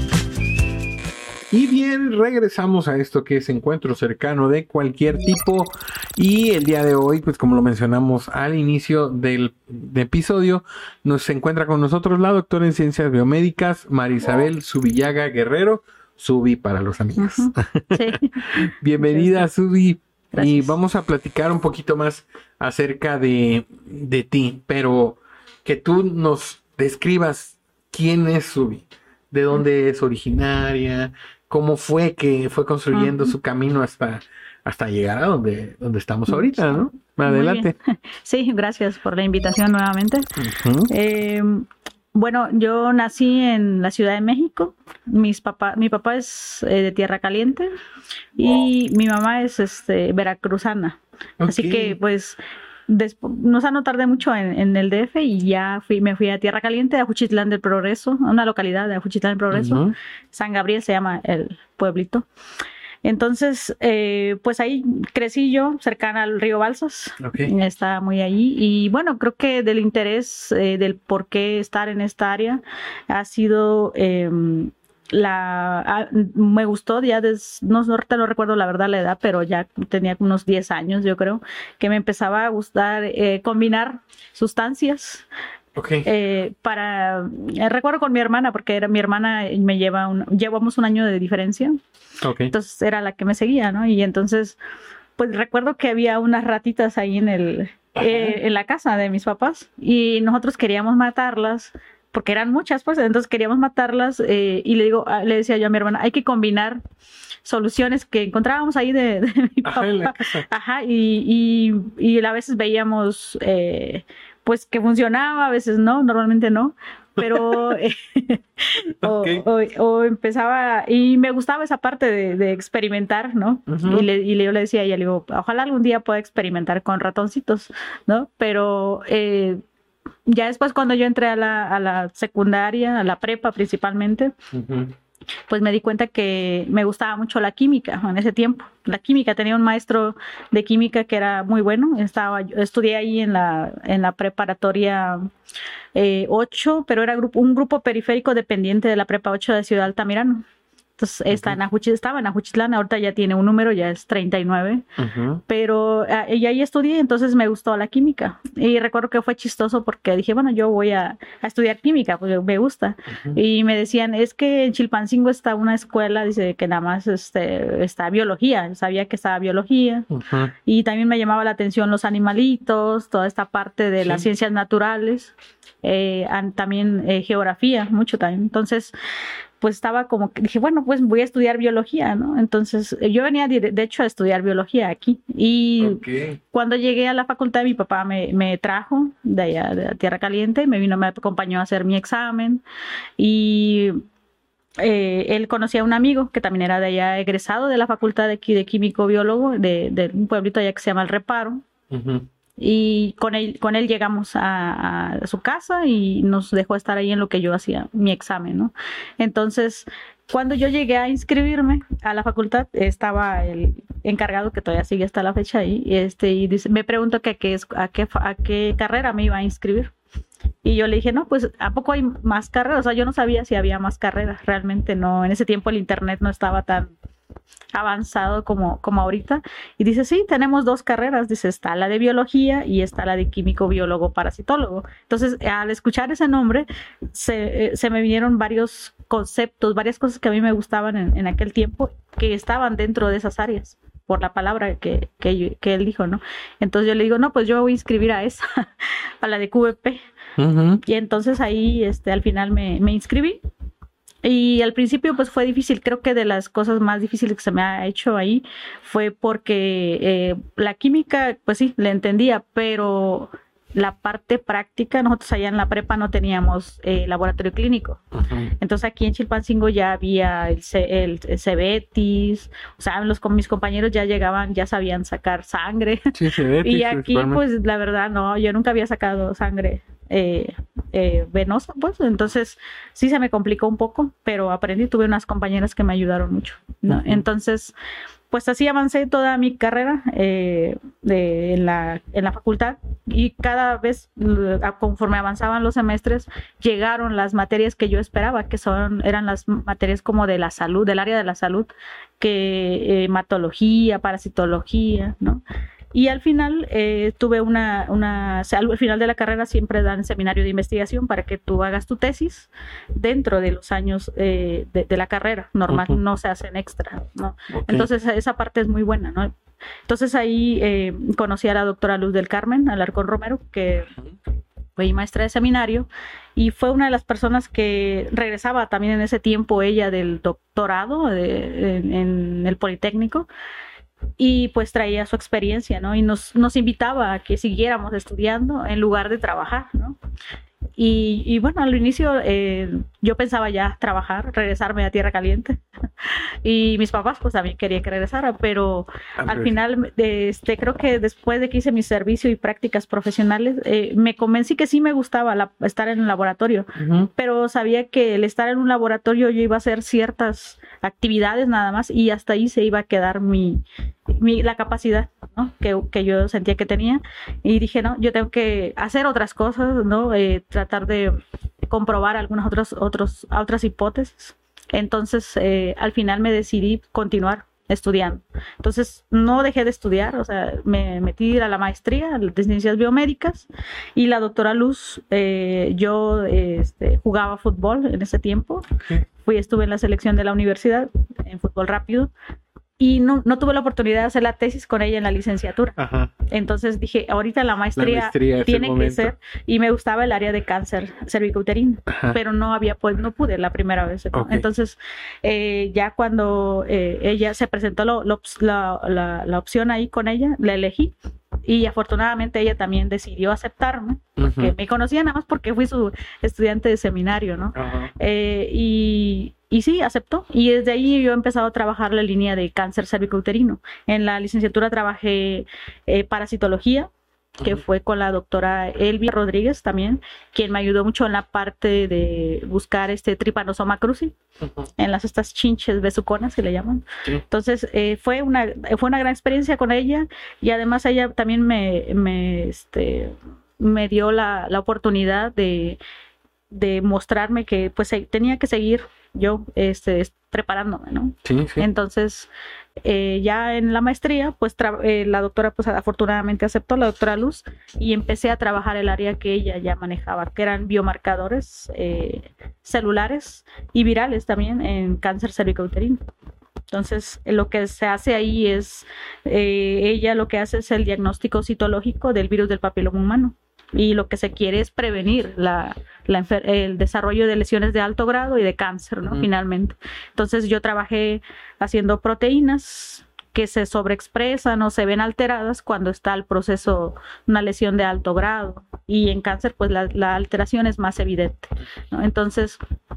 Y bien, regresamos a esto que es encuentro cercano de cualquier tipo. Y el día de hoy, pues como lo mencionamos al inicio del, del episodio, nos se encuentra con nosotros la doctora en ciencias biomédicas, Marisabel Zubillaga Guerrero, Zubi para los amigos. Uh-huh. Sí. Bienvenida, Zubi. Gracias. Y vamos a platicar un poquito más acerca de, de ti, pero que tú nos describas quién es Zubi, de dónde es originaria, cómo fue que fue construyendo uh-huh. su camino hasta, hasta llegar a donde, donde estamos ahorita, ¿no? Adelante.
Sí, gracias por la invitación nuevamente. Uh-huh. Eh, bueno, yo nací en la Ciudad de México. Mis papá, mi papá es eh, de Tierra Caliente y mi mamá es este, veracruzana. Okay. Así que, pues... Después, no, o sea, no tardé mucho en, en el D F y ya fui, me fui a Tierra Caliente, a Juchitlán del Progreso, a una localidad de Juchitlán del Progreso. Uh-huh. San Gabriel se llama el pueblito. Entonces, eh, pues ahí crecí yo, cercana al río Balsas. Okay. Está muy allí. Y bueno, creo que del interés eh, del por qué estar en esta área ha sido... Eh, La, ah, me gustó ya des, no, no te lo recuerdo la verdad la edad, pero ya tenía unos diez años yo creo, que me empezaba a gustar eh, combinar sustancias.
Okay.
Eh, para eh, recuerdo con mi hermana, porque era mi hermana me lleva un, llevamos un año de diferencia. Okay. Entonces era la que me seguía, ¿no? Y entonces pues recuerdo que había unas ratitas ahí en el eh, en la casa de mis papás y nosotros queríamos matarlas porque eran muchas, pues, entonces queríamos matarlas eh, y le digo, le decía yo a mi hermana, hay que combinar soluciones que encontrábamos ahí de, de mi papá. Ajá, en la casa. Ajá, y, y, y a veces veíamos, eh, pues, que funcionaba, a veces no, normalmente no, pero eh, okay. o, o, o empezaba, y me gustaba esa parte de, de experimentar, ¿no? Uh-huh. Y, le, y yo le decía a ella, le digo, ojalá algún día pueda experimentar con ratoncitos, ¿no? Pero... Eh, ya después cuando yo entré a la, a la secundaria, a la prepa principalmente, uh-huh. pues me di cuenta que me gustaba mucho la química en ese tiempo. La química, tenía un maestro de química que era muy bueno. Estaba, estudié ahí en la, en la preparatoria eh, ocho, pero era grupo, un grupo periférico dependiente de la prepa ocho de Ciudad Altamirano. Entonces okay. está en Ajuchitlán, estaba en Ajuchitlán, ahorita ya tiene un número, ya es treinta y nueve, uh-huh. pero uh, y ahí estudié, entonces me gustó la química. Y recuerdo que fue chistoso porque dije, bueno, yo voy a, a estudiar química, porque me gusta. Uh-huh. Y me decían, es que en Chilpancingo está una escuela, dice que nada más este, está biología, sabía que estaba biología. Uh-huh. Y también me llamaba la atención los animalitos, toda esta parte de sí. las ciencias naturales, eh, también eh, geografía, mucho también. Entonces... pues estaba como que dije, bueno, pues voy a estudiar biología, ¿no? Entonces, yo venía de, de hecho a estudiar biología aquí. Y okay. cuando llegué a la facultad, mi papá me, me trajo de allá, de Tierra Caliente, me vino, me acompañó a hacer mi examen. Y eh, él conocía a un amigo que también era de allá, egresado de la facultad de aquí, de químico biólogo, de, de un pueblito allá que se llama El Reparo. Uh-huh. Y con él, con él llegamos a, a su casa y nos dejó estar ahí en lo que yo hacía mi examen, ¿no? Entonces, cuando yo llegué a inscribirme a la facultad, estaba el encargado, que todavía sigue hasta la fecha ahí, este, y dice, me preguntó que a qué, a, qué, a qué carrera me iba a inscribir. Y yo le dije, no, pues, ¿a poco hay más carreras? O sea, yo no sabía si había más carreras, realmente no. En ese tiempo el internet no estaba tan avanzado como, como ahorita. Y dice, sí, tenemos dos carreras. Dice, está la de biología y está la de químico biólogo parasitólogo. Entonces, al escuchar ese nombre, se, eh, se me vinieron varios conceptos, varias cosas que a mí me gustaban en, en aquel tiempo, que estaban dentro de esas áreas. por la palabra que, que, que él dijo, ¿no? Entonces yo le digo, no, pues yo voy a inscribir a esa, a la de Q V P. Uh-huh. Y entonces ahí este, al final me, me inscribí. Y al principio pues fue difícil, creo que de las cosas más difíciles que se me ha hecho ahí fue porque eh, la química pues sí, la entendía, pero la parte práctica, nosotros allá en la prepa no teníamos eh, laboratorio clínico. Uh-huh. Entonces aquí en Chilpancingo ya había el, C- el, el Cebetis, o sea, los, con mis compañeros ya llegaban, ya sabían sacar sangre.
Sí, Cebetis,
y aquí pues la verdad no, yo nunca había sacado sangre eh, eh, venosa, pues, entonces sí se me complicó un poco, pero aprendí, tuve unas compañeras que me ayudaron mucho, ¿no? Uh-huh. Entonces pues así avancé toda mi carrera eh, de, en, la, en la facultad, y cada vez conforme avanzaban los semestres llegaron las materias que yo esperaba, que son eran las materias como de la salud, del área de la salud, que eh, hematología, parasitología, ¿no? Y al final eh, tuve una, una, al final de la carrera siempre dan seminario de investigación para que tú hagas tu tesis dentro de los años eh, de, de la carrera normal, uh-huh. no se hacen extra, ¿no? Okay. Entonces esa parte es muy buena, ¿no? Entonces ahí eh, conocí a la doctora Luz del Carmen Alarcón Romero, que fue mi maestra de seminario, y fue una de las personas que regresaba también en ese tiempo ella del doctorado de, en, en el Politécnico, y pues traía su experiencia, ¿no? Y nos, nos invitaba a que siguiéramos estudiando en lugar de trabajar, ¿no? Y, y bueno, al inicio eh, yo pensaba ya trabajar, regresarme a Tierra Caliente. Y mis papás pues también querían que regresara, pero al final este, creo que después de que hice mi servicio y prácticas profesionales, eh, me convencí que sí me gustaba la, estar en un laboratorio, uh-huh. pero sabía que el estar en un laboratorio yo iba a hacer ciertas actividades nada más, y hasta ahí se iba a quedar mi, mi la capacidad, ¿no? que, que yo sentía que tenía, y dije, no, yo tengo que hacer otras cosas, ¿no? Eh, tratar de comprobar algunas otros, otros, otras hipótesis. Entonces, eh, al final me decidí continuar estudiando. Entonces, no dejé de estudiar, o sea, me metí a la maestría de ciencias biomédicas, y la doctora Luz, eh, yo este, jugaba fútbol en ese tiempo. Okay. Fui, estuve en la selección de la universidad en fútbol rápido, y no, no tuve la oportunidad de hacer la tesis con ella en la licenciatura. Ajá. Entonces dije, ahorita la maestría, la maestría tiene que ser, y me gustaba el área de cáncer cervicouterino, Ajá. pero no había, pues no pude la primera vez, ¿no? Okay. Entonces eh, ya cuando eh, ella se presentó lo, lo, la, la, la opción ahí con ella, la elegí, y afortunadamente ella también decidió aceptarme, porque uh-huh. me conocía nada más porque fui su estudiante de seminario, ¿no? Uh-huh. Eh, y Y sí, aceptó. Y desde ahí yo he empezado a trabajar la línea de cáncer cervicouterino. En la licenciatura trabajé eh, parasitología, que uh-huh. fue con la doctora Elvia Rodríguez también, quien me ayudó mucho en la parte de buscar este Trypanosoma cruzi, uh-huh. en las estas chinches besuconas que le llaman. Sí. Entonces eh, fue una fue una gran experiencia con ella, y además ella también me, me, este, me dio la, la oportunidad de, de mostrarme que pues tenía que seguir yo este, preparándome, ¿no? Sí, sí. Entonces, eh, ya en la maestría, pues tra- eh, la doctora, pues afortunadamente aceptó, la doctora Luz, y empecé a trabajar el área que ella ya manejaba, que eran biomarcadores eh, celulares y virales también en cáncer cervicouterino. Entonces, lo que se hace ahí es, eh, ella lo que hace es el diagnóstico citológico del virus del papiloma humano. Y lo que se quiere es prevenir la, la enfer- el desarrollo de lesiones de alto grado y de cáncer, ¿no? Uh-huh. Finalmente. Entonces yo trabajé haciendo proteínas que se sobreexpresan o se ven alteradas cuando está el proceso, una lesión de alto grado. Y en cáncer, pues la, la alteración es más evidente, ¿no? Entonces,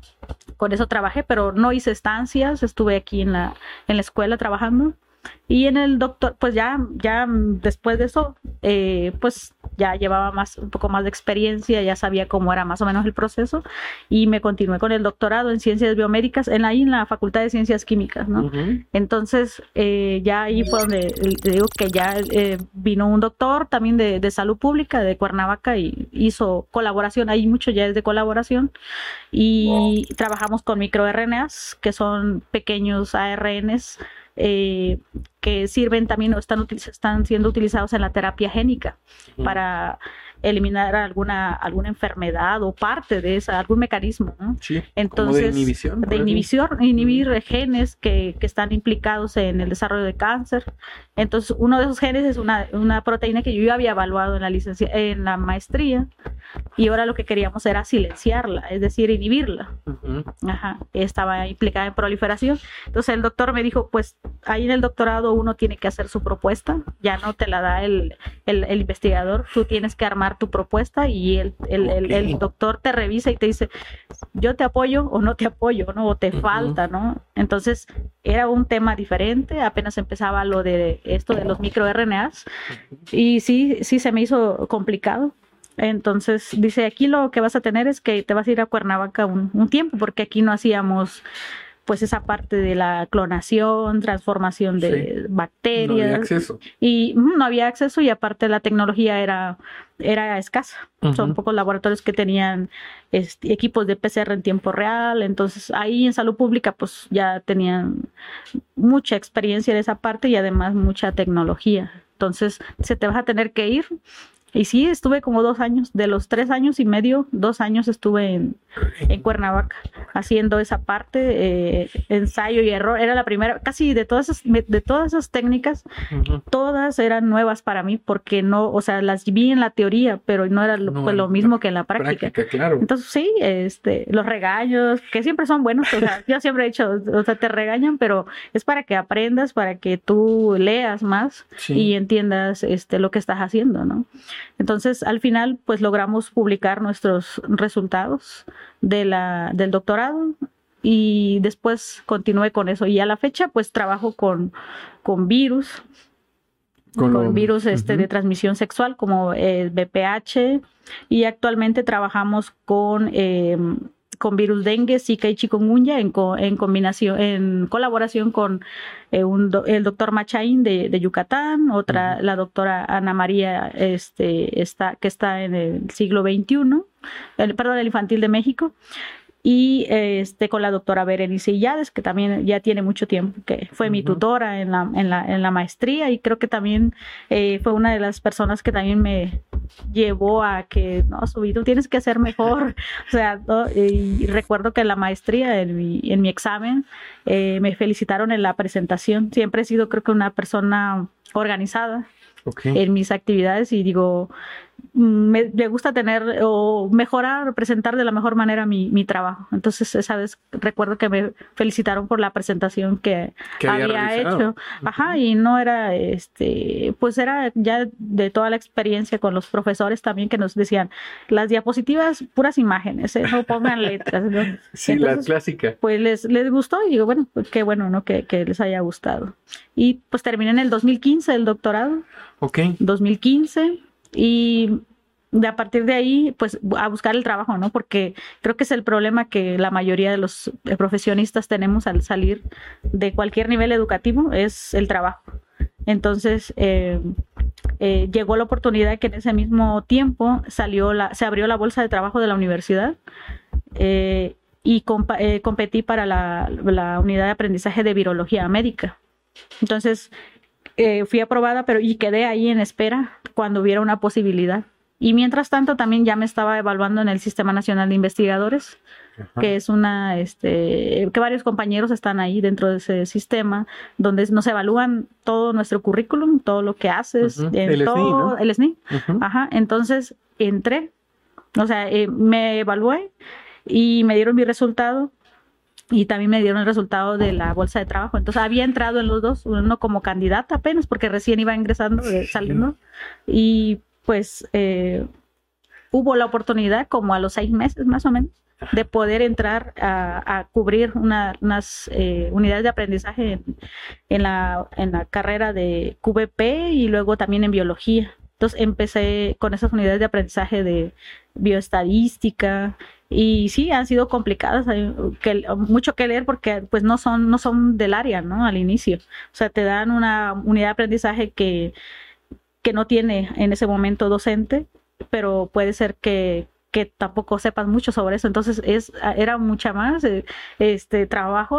con eso trabajé, pero no hice estancias, estuve aquí en la, en la escuela trabajando. Y en el doctor, pues ya, ya después de eso, eh, pues ya llevaba más, un poco más de experiencia, ya sabía cómo era más o menos el proceso, y me continué con el doctorado en ciencias biomédicas, en ahí en la Facultad de Ciencias Químicas, ¿no? Uh-huh. Entonces, eh, ya ahí fue donde digo que ya eh, vino un doctor también de, de salud pública de Cuernavaca y hizo colaboración, hay mucho ya es de colaboración, y wow. trabajamos con microRNAs, que son pequeños A R Ns, Eh, que sirven también o están, utiliz- están siendo utilizados en la terapia génica uh-huh. para eliminar alguna alguna enfermedad o parte de esa, algún mecanismo, ¿no?
Sí,
entonces,
como de inhibición.
De inhibición, inhibir uh-huh. genes que, que están implicados en el desarrollo de cáncer. Entonces, uno de esos genes es una, una proteína que yo ya había evaluado en la licencia, en la maestría, y ahora lo que queríamos era silenciarla, es decir, inhibirla. Uh-huh. Ajá, estaba implicada en proliferación. Entonces, el doctor me dijo, pues, ahí en el doctorado uno tiene que hacer su propuesta, ya no te la da el, el, el investigador, tú tienes que armar tu propuesta y el, el, okay. el, el doctor te revisa y te dice, yo te apoyo o no te apoyo, ¿no? O te uh-huh. falta, ¿no? Entonces, era un tema diferente, apenas empezaba lo de esto de los microR N As y sí, sí se me hizo complicado. Entonces dice, aquí lo que vas a tener es que te vas a ir a Cuernavaca un, un tiempo, porque aquí no hacíamos pues esa parte de la clonación, transformación de sí. bacterias. No había
acceso.
Y uh, no había acceso y aparte la tecnología era, era escasa. Uh-huh. Son pocos laboratorios que tenían este, equipos de P C R en tiempo real. Entonces ahí en salud pública pues ya tenían mucha experiencia en esa parte y además mucha tecnología. Entonces se te vas a tener que ir. Y sí, estuve como dos años, de los tres años y medio, dos años estuve en, en Cuernavaca haciendo esa parte, eh, ensayo y error. Era la primera, casi de todas esas, de todas esas técnicas, uh-huh. todas eran nuevas para mí porque no, o sea, las vi en la teoría, pero no era lo, no, pues, lo mismo que en la práctica.
práctica claro.
Entonces sí, este, los regaños, que siempre son buenos, o sea, yo siempre he dicho, o sea, te regañan, pero es para que aprendas, para que tú leas más sí. y entiendas este, lo que estás haciendo, ¿no? Entonces, al final, pues logramos publicar nuestros resultados de la, del doctorado y después continué con eso. Y a la fecha, pues trabajo con, con virus, con, con lo, virus este, uh-huh. de transmisión sexual como el B P H y actualmente trabajamos con... Eh, con virus dengue, zika y chikungunya en, co- en combinación, en colaboración con eh, un do- el doctor Machain de, de Yucatán, otra uh-huh. la doctora Ana María este está que está en el siglo veintiuno, el, perdón, el infantil de México. Y este con la doctora Berenice Illades, que también ya tiene mucho tiempo, que fue uh-huh. mi tutora en la, en la, en la maestría y creo que también eh, fue una de las personas que también me llevó a que, no, Subi, tú tienes que hacer mejor. O sea, ¿no? y, y recuerdo que en la maestría, en mi, en mi examen, eh, me felicitaron en la presentación. Siempre he sido, creo que, una persona organizada okay. en mis actividades y digo... Me, me gusta tener o mejorar, presentar de la mejor manera mi, mi trabajo. Entonces, esa vez recuerdo que me felicitaron por la presentación que, que había, había hecho. Ajá, y no era, este, pues era ya de toda la experiencia con los profesores también que nos decían, las diapositivas, puras imágenes, ¿eh? No pongan letras, ¿no?
Sí,
entonces,
la clásica.
Pues les, les gustó y digo, bueno, pues qué bueno, ¿no? Que, que les haya gustado. Y pues terminé en el dos mil quince el doctorado.
Ok.
dos mil quince. Y de a partir de ahí, pues a buscar el trabajo, ¿no? Porque creo que es el problema que la mayoría de los profesionistas tenemos al salir de cualquier nivel educativo, es el trabajo. Entonces, eh, eh, llegó la oportunidad que en ese mismo tiempo salió la, se abrió la bolsa de trabajo de la universidad eh, y compa- eh, competí para la, la unidad de aprendizaje de virología médica. Entonces, Eh, fui aprobada, pero y quedé ahí en espera cuando hubiera una posibilidad. Y mientras tanto también ya me estaba evaluando en el Sistema Nacional de Investigadores, ajá. que es una, este, que varios compañeros están ahí dentro de ese sistema, donde nos evalúan todo nuestro currículum, todo lo que haces,
uh-huh.
en
el
todo,
S N I, ¿no?
el S N I.
Uh-huh.
Ajá. Entonces entré, o sea, eh, me evalué y me dieron mi resultado. Y también me dieron el resultado de la bolsa de trabajo. Entonces había entrado en los dos, uno como candidata apenas, porque recién iba ingresando, eh, saliendo. Y pues eh, hubo la oportunidad, como a los seis meses más o menos, de poder entrar a, a cubrir una, unas eh, unidades de aprendizaje en, en, la, en la carrera de Q V P y luego también en biología. Entonces empecé con esas unidades de aprendizaje de bioestadística y sí, han sido complicadas, hay que, mucho que leer porque pues no son, no son del área, ¿no? Al inicio. O sea, te dan una unidad de aprendizaje que, que no tiene en ese momento docente, pero puede ser que, que tampoco sepas mucho sobre eso. Entonces es, era mucha más este trabajo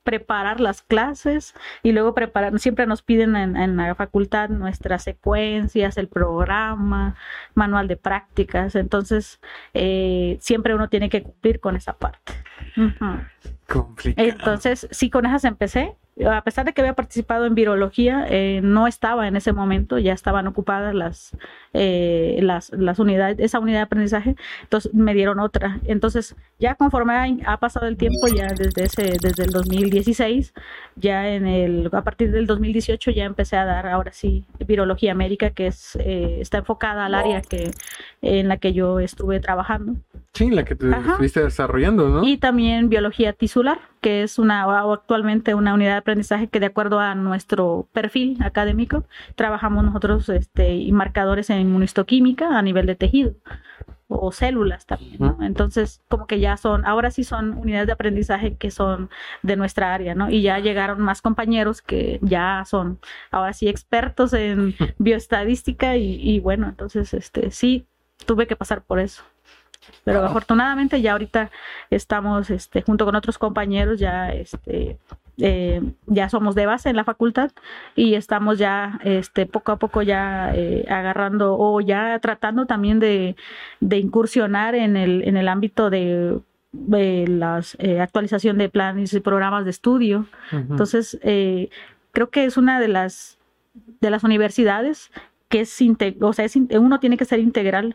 preparar las clases y luego preparar, siempre nos piden en, en la facultad nuestras secuencias, el programa, manual de prácticas, entonces eh, siempre uno tiene que cumplir con esa parte. Uh-huh.
Complicado.
Entonces, sí, con esas empecé. A pesar de que había participado en virología, eh, no estaba en ese momento, ya estaban ocupadas las, eh, las, las unidades, esa unidad de aprendizaje, entonces me dieron otra. Entonces, ya conforme ha, ha pasado el tiempo, ya desde ese, desde el dos mil dieciséis, ya en el, a partir del dos mil dieciocho ya empecé a dar ahora sí virología médica, que es, eh, está enfocada al área que, en la que yo estuve trabajando.
Sí, la que te
Ajá.
estuviste desarrollando, ¿no?
Y también biología tisular, que es una o actualmente una unidad de aprendizaje que de acuerdo a nuestro perfil académico trabajamos nosotros este, y marcadores en inmunistoquímica a nivel de tejido o células también, ¿no? Entonces como que ya son, ahora sí son unidades de aprendizaje que son de nuestra área, ¿no? Y ya llegaron más compañeros que ya son ahora sí expertos en bioestadística y, y bueno, entonces este sí tuve que pasar por eso. Pero wow. Afortunadamente ya ahorita estamos este, junto con otros compañeros, ya, este, eh, ya somos de base en la facultad y estamos ya este, poco a poco ya eh, agarrando o ya tratando también de, de incursionar en el, en el ámbito de, de la eh, actualización de planes y programas de estudio. Uh-huh. Entonces, eh, creo que es una de las, de las universidades que es, o sea, es, uno tiene que ser integral.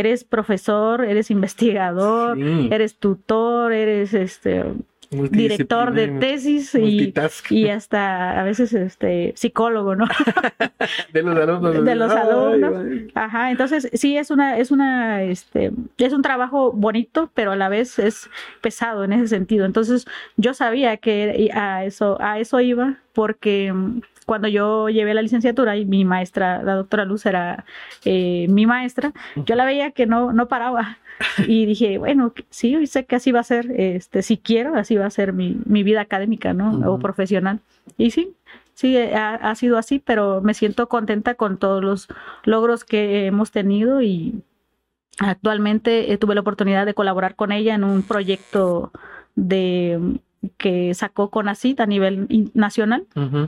Eres profesor, eres investigador, sí. eres tutor, eres este director de tesis y, y hasta a veces este psicólogo, ¿no?
De los alumnos.
De los alumnos. Ay, ajá, entonces sí es una es una este es un trabajo bonito, pero a la vez es pesado en ese sentido. Entonces, yo sabía que a eso a eso iba porque cuando yo llevé la licenciatura y mi maestra, la doctora Luz, era eh, mi maestra, yo la veía que no, no paraba. Y dije, bueno, sí, sé que así va a ser, este, si quiero, así va a ser mi, mi vida académica, ¿no? Uh-huh. O profesional. Y sí, sí, ha, ha sido así, pero me siento contenta con todos los logros que hemos tenido y actualmente eh, tuve la oportunidad de colaborar con ella en un proyecto de que sacó CONACYT a nivel in, nacional. Uh-huh.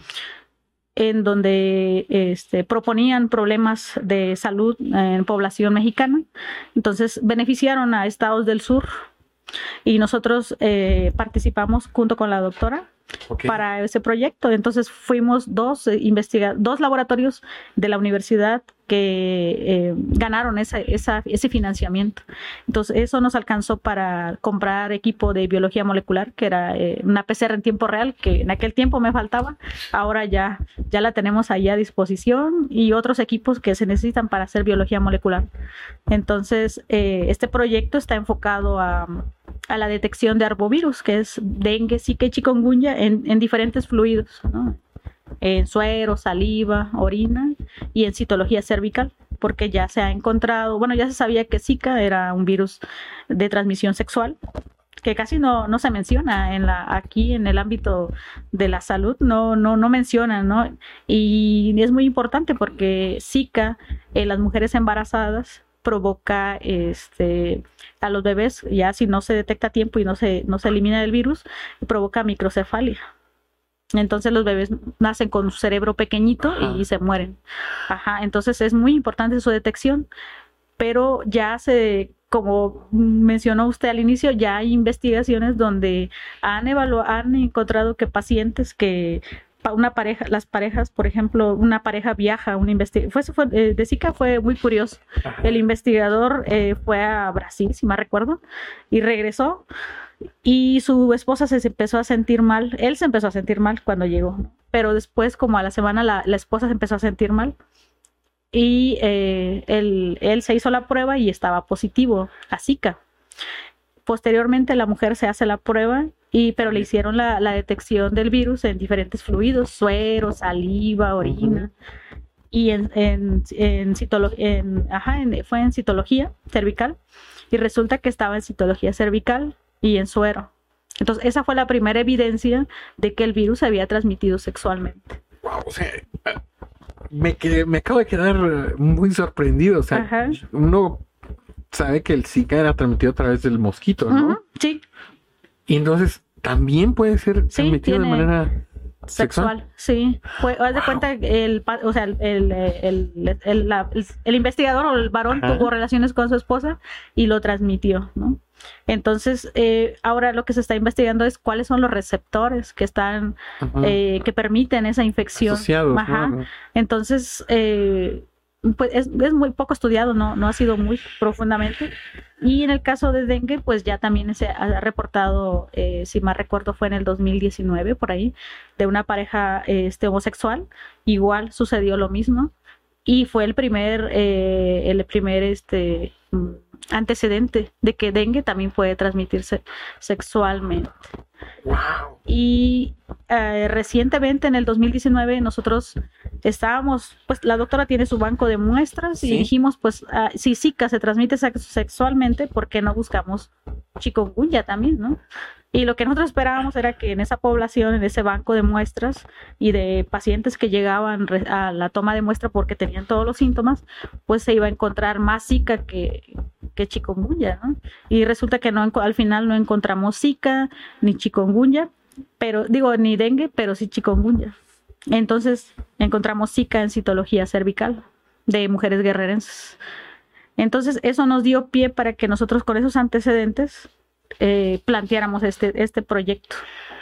En donde este, proponían problemas de salud en población mexicana. Entonces, beneficiaron a estados del sur y nosotros eh, participamos junto con la doctora okay. para ese proyecto. Entonces, fuimos dos, eh, investiga- dos laboratorios de la universidad que eh, ganaron esa, esa, ese financiamiento. Entonces, eso nos alcanzó para comprar equipo de biología molecular, que era eh, una P C R en tiempo real, que en aquel tiempo me faltaba. Ahora ya, ya la tenemos ahí a disposición y otros equipos que se necesitan para hacer biología molecular. Entonces, eh, este proyecto está enfocado a, a la detección de arbovirus, que es dengue, zika y chikungunya en, en diferentes fluidos, ¿no? En suero, saliva, orina y en citología cervical, porque ya se ha encontrado, bueno, ya se sabía que Zika era un virus de transmisión sexual, que casi no, no se menciona en la, aquí en el ámbito de la salud, no, no, no mencionan, ¿no? Y es muy importante porque Zika en las mujeres embarazadas provoca este, a los bebés, ya si no se detecta a tiempo y no se, no se elimina el virus, provoca microcefalia. Entonces los bebés nacen con su cerebro pequeñito Ajá. y se mueren. Ajá, entonces es muy importante su detección, pero ya se, como mencionó usted al inicio, ya hay investigaciones donde han evaluado, han encontrado que pacientes que una pareja, las parejas, por ejemplo, una pareja viaja, un investigador, fue, fue, eh, de Zika fue muy curioso. Ajá. El investigador eh, fue a Brasil, si me recuerdo, y regresó. Y su esposa se empezó a sentir mal, él se empezó a sentir mal cuando llegó, pero después como a la semana la, la esposa se empezó a sentir mal y eh, él, él se hizo la prueba y estaba positivo a Zika. Posteriormente la mujer se hace la prueba, y, pero le hicieron la, la detección del virus en diferentes fluidos, suero, saliva, orina. Uh-huh. Y en, en, en, citolo- en, ajá, en, fue en citología cervical y resulta que estaba en citología cervical y en suero. Entonces, esa fue la primera evidencia de que el virus se había transmitido sexualmente.
Wow, o sea, me, quedé, me acabo de quedar muy sorprendido. O sea, Ajá. uno sabe que el Zika era transmitido a través del mosquito, ¿no?
Uh-huh, sí.
Y entonces, también puede ser
Sí,
transmitido de
tiene-
manera
Sexual,
sexual.
sí. Pues, haz de
Wow.
cuenta, el, pa- o sea, el, el, el, el- la- el- el investigador o el varón
Ajá.
tuvo relaciones con su esposa y lo transmitió, ¿no? Entonces, eh, ahora lo que se está investigando es cuáles son los receptores que están,
Ajá.
eh, que permiten esa infección.
Asociados,
Ajá.
¿no?
Entonces, eh, pues es, es muy poco estudiado, no, no ha sido muy profundamente. Y en el caso de dengue, pues ya también se ha reportado, eh, si mal recuerdo, fue en el dos mil diecinueve, por ahí, de una pareja este, homosexual. Igual sucedió lo mismo. Y fue el primer, eh, el primer este, mm, antecedente de que dengue también puede transmitirse sexualmente.
Wow.
Y eh, recientemente, en el dos mil diecinueve, nosotros estábamos, pues la doctora tiene su banco de muestras
Sí.
y dijimos, pues ah, si Zika se transmite sex- sexualmente, ¿por qué no buscamos chikungunya también, no? Y lo que nosotros esperábamos era que en esa población, en ese banco de muestras y de pacientes que llegaban re- a la toma de muestra porque tenían todos los síntomas, pues se iba a encontrar más Zika que, que chikungunya, ¿no? Y resulta que no, enco- al final no encontramos Zika ni chikungunya, pero digo ni dengue, pero sí chikungunya. Entonces encontramos Zika en citología cervical de mujeres guerrerenses. Entonces eso nos dio pie para que nosotros con esos antecedentes eh, planteáramos este, este proyecto.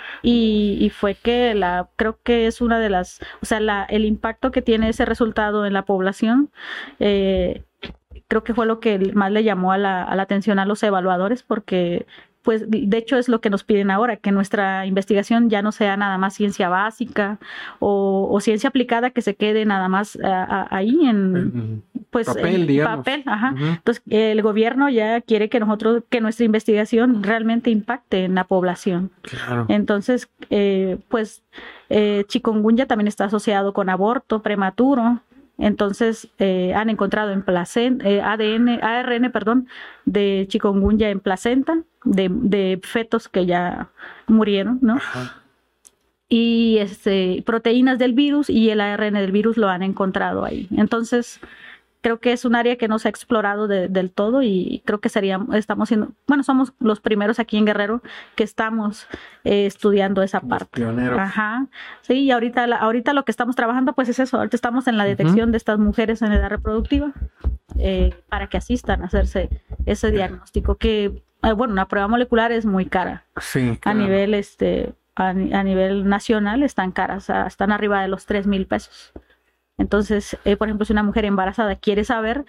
Y, y fue que la creo que es una de las, o sea, la, el impacto que tiene ese resultado en la población, eh, creo que fue lo que más le llamó a la, a la atención a los evaluadores, porque pues de hecho es lo que nos piden ahora, que nuestra investigación ya no sea nada más ciencia básica o, o ciencia aplicada que se quede nada más a, a, ahí en pues
papel,
en
digamos.
papel, ajá.
Ujú.
Entonces el gobierno ya quiere que nosotros, que nuestra investigación realmente impacte en la población.
Claro.
Entonces, eh, pues eh, chikungunya también está asociado con aborto prematuro. Entonces, eh, han encontrado en placenta, eh, A D N, A R N, perdón, de chikungunya en placenta, de, de fetos que ya murieron, ¿no?
Ajá.
Y este, proteínas del virus y el A R N del virus lo han encontrado ahí. Entonces, creo que es un área que no se ha explorado de, del todo y creo que sería, estamos siendo, bueno, somos los primeros aquí en Guerrero que estamos eh, estudiando esa
Los
parte.
pioneros.
Ajá. Sí, y ahorita, la- ahorita lo que estamos trabajando pues es eso, ahorita estamos en la detección de estas mujeres en edad reproductiva eh, para que asistan a hacerse ese diagnóstico que, eh, bueno, una prueba molecular es muy cara.
Sí,
A
claro.
nivel, este, a, ni- a nivel nacional están caras, a- están arriba de los tres mil pesos. Entonces, eh, por ejemplo, si una mujer embarazada quiere saber,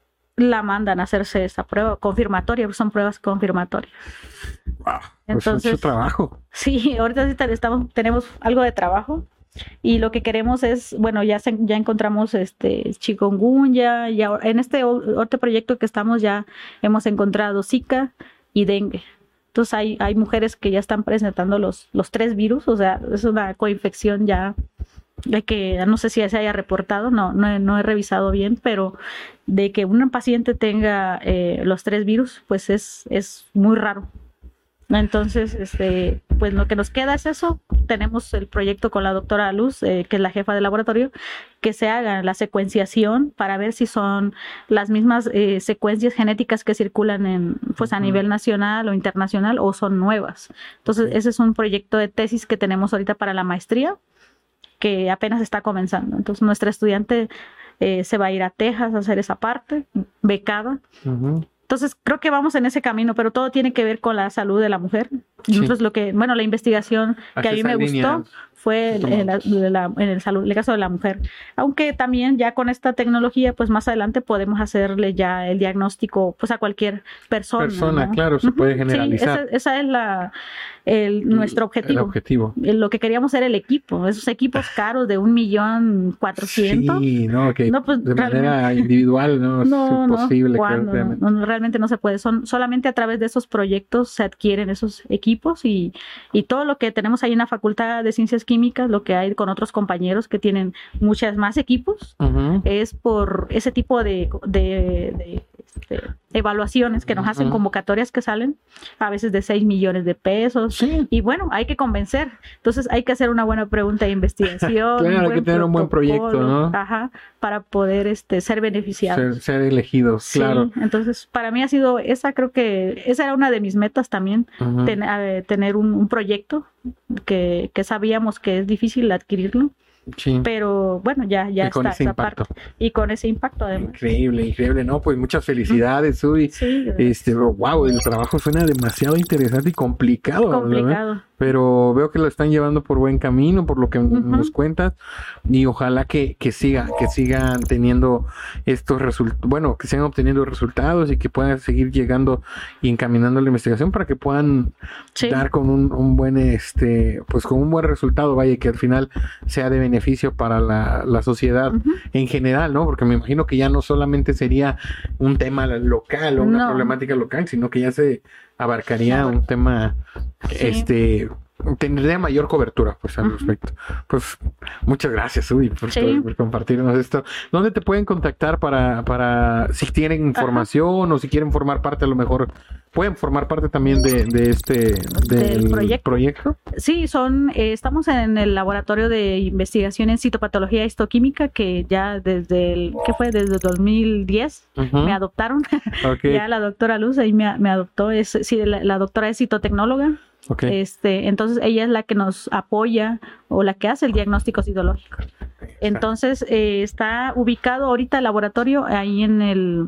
la mandan a hacerse esa prueba confirmatoria, porque son pruebas confirmatorias.
Wow. Pues
Entonces-
mucho trabajo.
Sí, ahorita sí te- estamos, tenemos algo de trabajo y lo que queremos es, bueno, ya se- ya encontramos este chikungunya, y ahora- en este o- otro proyecto que estamos ya hemos encontrado Zika y dengue. Entonces hay, hay mujeres que ya están presentando los, los tres virus, o sea, es una coinfección ya de que no sé si ya se haya reportado, no, no, he, no he revisado bien, pero de que un paciente tenga eh, los tres virus, pues es, es muy raro. Entonces, este, pues lo que nos queda es eso. Tenemos el proyecto con la doctora Luz, eh, que es la jefa del laboratorio, que se haga la secuenciación para ver si son las mismas eh, secuencias genéticas que circulan en, pues, a
Ujú.
nivel nacional o internacional o son nuevas. Entonces,
Ok.
ese es un proyecto de tesis que tenemos ahorita para la maestría, que apenas está comenzando. Entonces, nuestra estudiante eh, se va a ir a Texas a hacer esa parte, becada.
Ujú.
Entonces, creo que vamos en ese camino, pero todo tiene que ver con la salud de la mujer.
Sí.
Nosotros lo que, bueno, la investigación que
Hacia
a mí
esa
me
línea
gustó fue
tomamos.
en, la, de la- en el, salud, el caso de la mujer. Aunque también ya con esta tecnología, pues más adelante podemos hacerle ya el diagnóstico pues a cualquier persona.
Persona,
¿no?
claro, se puede
Sí,
generalizar.
esa, esa es la, el, nuestro objetivo.
El objetivo.
Eh, Lo que queríamos era el equipo, esos equipos caros de un millón cuatrocientos.
Sí, no, que
No, pues,
de
realmente-
manera individual no,
No,
es imposible.
no,
creo,
¿cuándo?
realmente.
No, no, realmente no se puede. Son solamente a través de esos proyectos se adquieren esos equipos y, y todo lo que tenemos ahí en la Facultad de Ciencias Químicas, lo que hay con otros compañeros que tienen muchas más equipos,
Ujú.
es por ese tipo de, de, de, eh, evaluaciones que nos hacen,
Ujú.
convocatorias que salen, a veces de seis millones de pesos.
Sí.
Y bueno, hay que convencer. Entonces hay que hacer una buena pregunta de investigación.
Claro, hay que tener un buen proyecto,
protocolo,
¿no?
Ajá, para poder este, ser beneficiados.
Ser, ser elegidos,
Sí,
claro.
entonces para mí ha sido, esa creo que, esa era una de mis metas también,
Ujú.
ten- eh, tener un, un proyecto que, que sabíamos que es difícil adquirirlo,
Sí.
pero bueno, ya, ya
Y con
está
ese
esa
impacto.
parte. Y con ese impacto además.
Increíble, increíble, ¿no? Pues muchas felicidades, Uy.
Sí,
Este, wow, el trabajo suena demasiado interesante y complicado, ¿verdad?
complicado.
Pero veo que lo están llevando por buen camino, por lo que
Ujú.
nos cuentas, y ojalá que, que siga, que sigan teniendo estos resultados, bueno, que sigan obteniendo resultados y que puedan seguir llegando y encaminando la investigación para que puedan
Sí.
dar con un, un buen, este, pues con un buen resultado, vaya, y que al final sea de beneficio para la, la sociedad
Ujú.
en general, ¿no? Porque me imagino que ya no solamente sería un tema local o una
No.
problemática local, sino que ya se abarcaría
No.
un tema,
Sí.
este, tendría mayor cobertura, pues, al
Ujú.
respecto. Pues, muchas gracias, Uy, por,
Sí.
todo- por compartirnos esto. ¿Dónde te pueden contactar para, para si tienen información o si quieren formar parte, a lo mejor, pueden formar parte también de, de este, del
proyecto.
proyecto?
Sí, son, eh, estamos en el laboratorio de investigación en citopatología e histoquímica, que ya desde el, ¿qué fue? Desde dos mil diez
Ujú.
me adoptaron.
Ok,
Ya la doctora Luz ahí me, me adoptó. Es, sí, la, la doctora es citotecnóloga.
ok.
Este, entonces ella es la que nos apoya o la que hace el diagnóstico citológico. Entonces eh, está ubicado ahorita el laboratorio ahí en el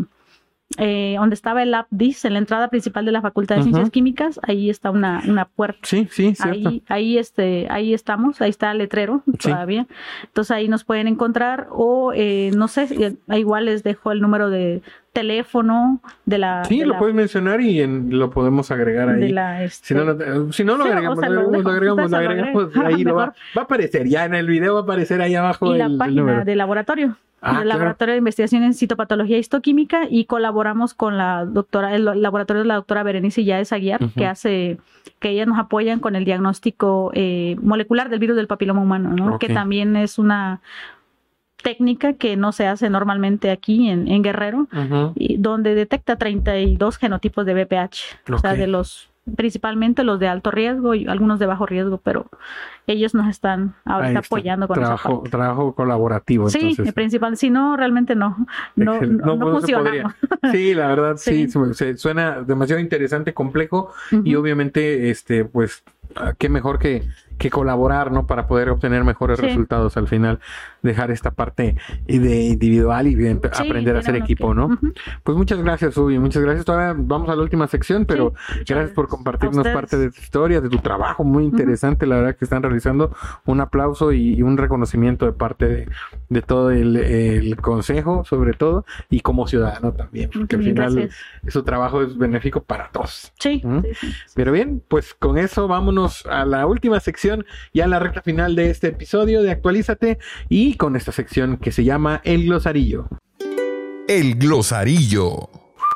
eh, donde estaba el Lab D I S, en la entrada principal de la Facultad de
Ujú.
Ciencias Químicas. Ahí está una, una puerta.
Sí, sí, cierto.
Ahí, ahí, este, ahí estamos, ahí está el letrero
Sí.
todavía. Entonces ahí nos pueden encontrar o eh, no sé, eh, igual les dejo el número de teléfono de la...
Sí,
de
lo
la-
puedes mencionar y en- lo podemos agregar
de
ahí.
la, este,
Si no, lo, si no lo
sí,
agregamos,
o sea,
lo
lo
agregamos,
dejo,
lo agregamos,
ustedes
lo
lo
agregamos,
agregan.
ahí lo va,
Mejor.
va a aparecer, ya en el video va a aparecer ahí abajo
y la
el, el
página
número.
del laboratorio.
Ah,
el
claro.
laboratorio de investigación en citopatología e histoquímica, y colaboramos con la doctora, el laboratorio de la doctora Berenice Yáez Aguiar,
Ujú.
que hace, que ellas nos apoyan con el diagnóstico eh, molecular del virus del papiloma humano, ¿no?
Ok.
Que también es una técnica que no se hace normalmente aquí en, en Guerrero,
Ujú.
y donde detecta treinta y dos genotipos de B P H, o sea,
Ok.
de los principalmente los de alto riesgo y algunos de bajo riesgo, pero ellos nos están ahorita
Ahí está.
apoyando con esa
trabajo,
parte.
trabajo colaborativo.
Sí,
entonces.
el principal, si no, realmente no, no,
Excelente.
no, no
pues, se podría.
funcionamos.
Sí, la verdad, sí,
Sí.
se- se suena demasiado interesante, complejo, y
Ujú.
obviamente, este, pues, ah, qué mejor que, que colaborar, ¿no? Para poder obtener mejores
Sí.
resultados al final, dejar esta parte de individual y de empe-
Sí,
aprender a hacer
tiene uno
equipo,
que-
¿no?
Ujú.
Pues muchas gracias, Uy, muchas gracias. Todavía vamos a la última sección, pero
Sí,
gracias por
a
compartirnos
ustedes.
parte de tu historia, de tu trabajo, muy interesante, la verdad que están realizando. Un aplauso y, y un reconocimiento de parte de, de todo el, el consejo, sobre todo, y como ciudadano también, porque al
Bien,
final
gracias.
su trabajo es benéfico para todos.
Sí,
Ujú.
sí, sí, sí.
Pero bien, pues con eso vámonos a la última sección, ya a la recta final de este episodio de Actualízate, y con esta sección que se llama El Glosarillo.
El glosarillo.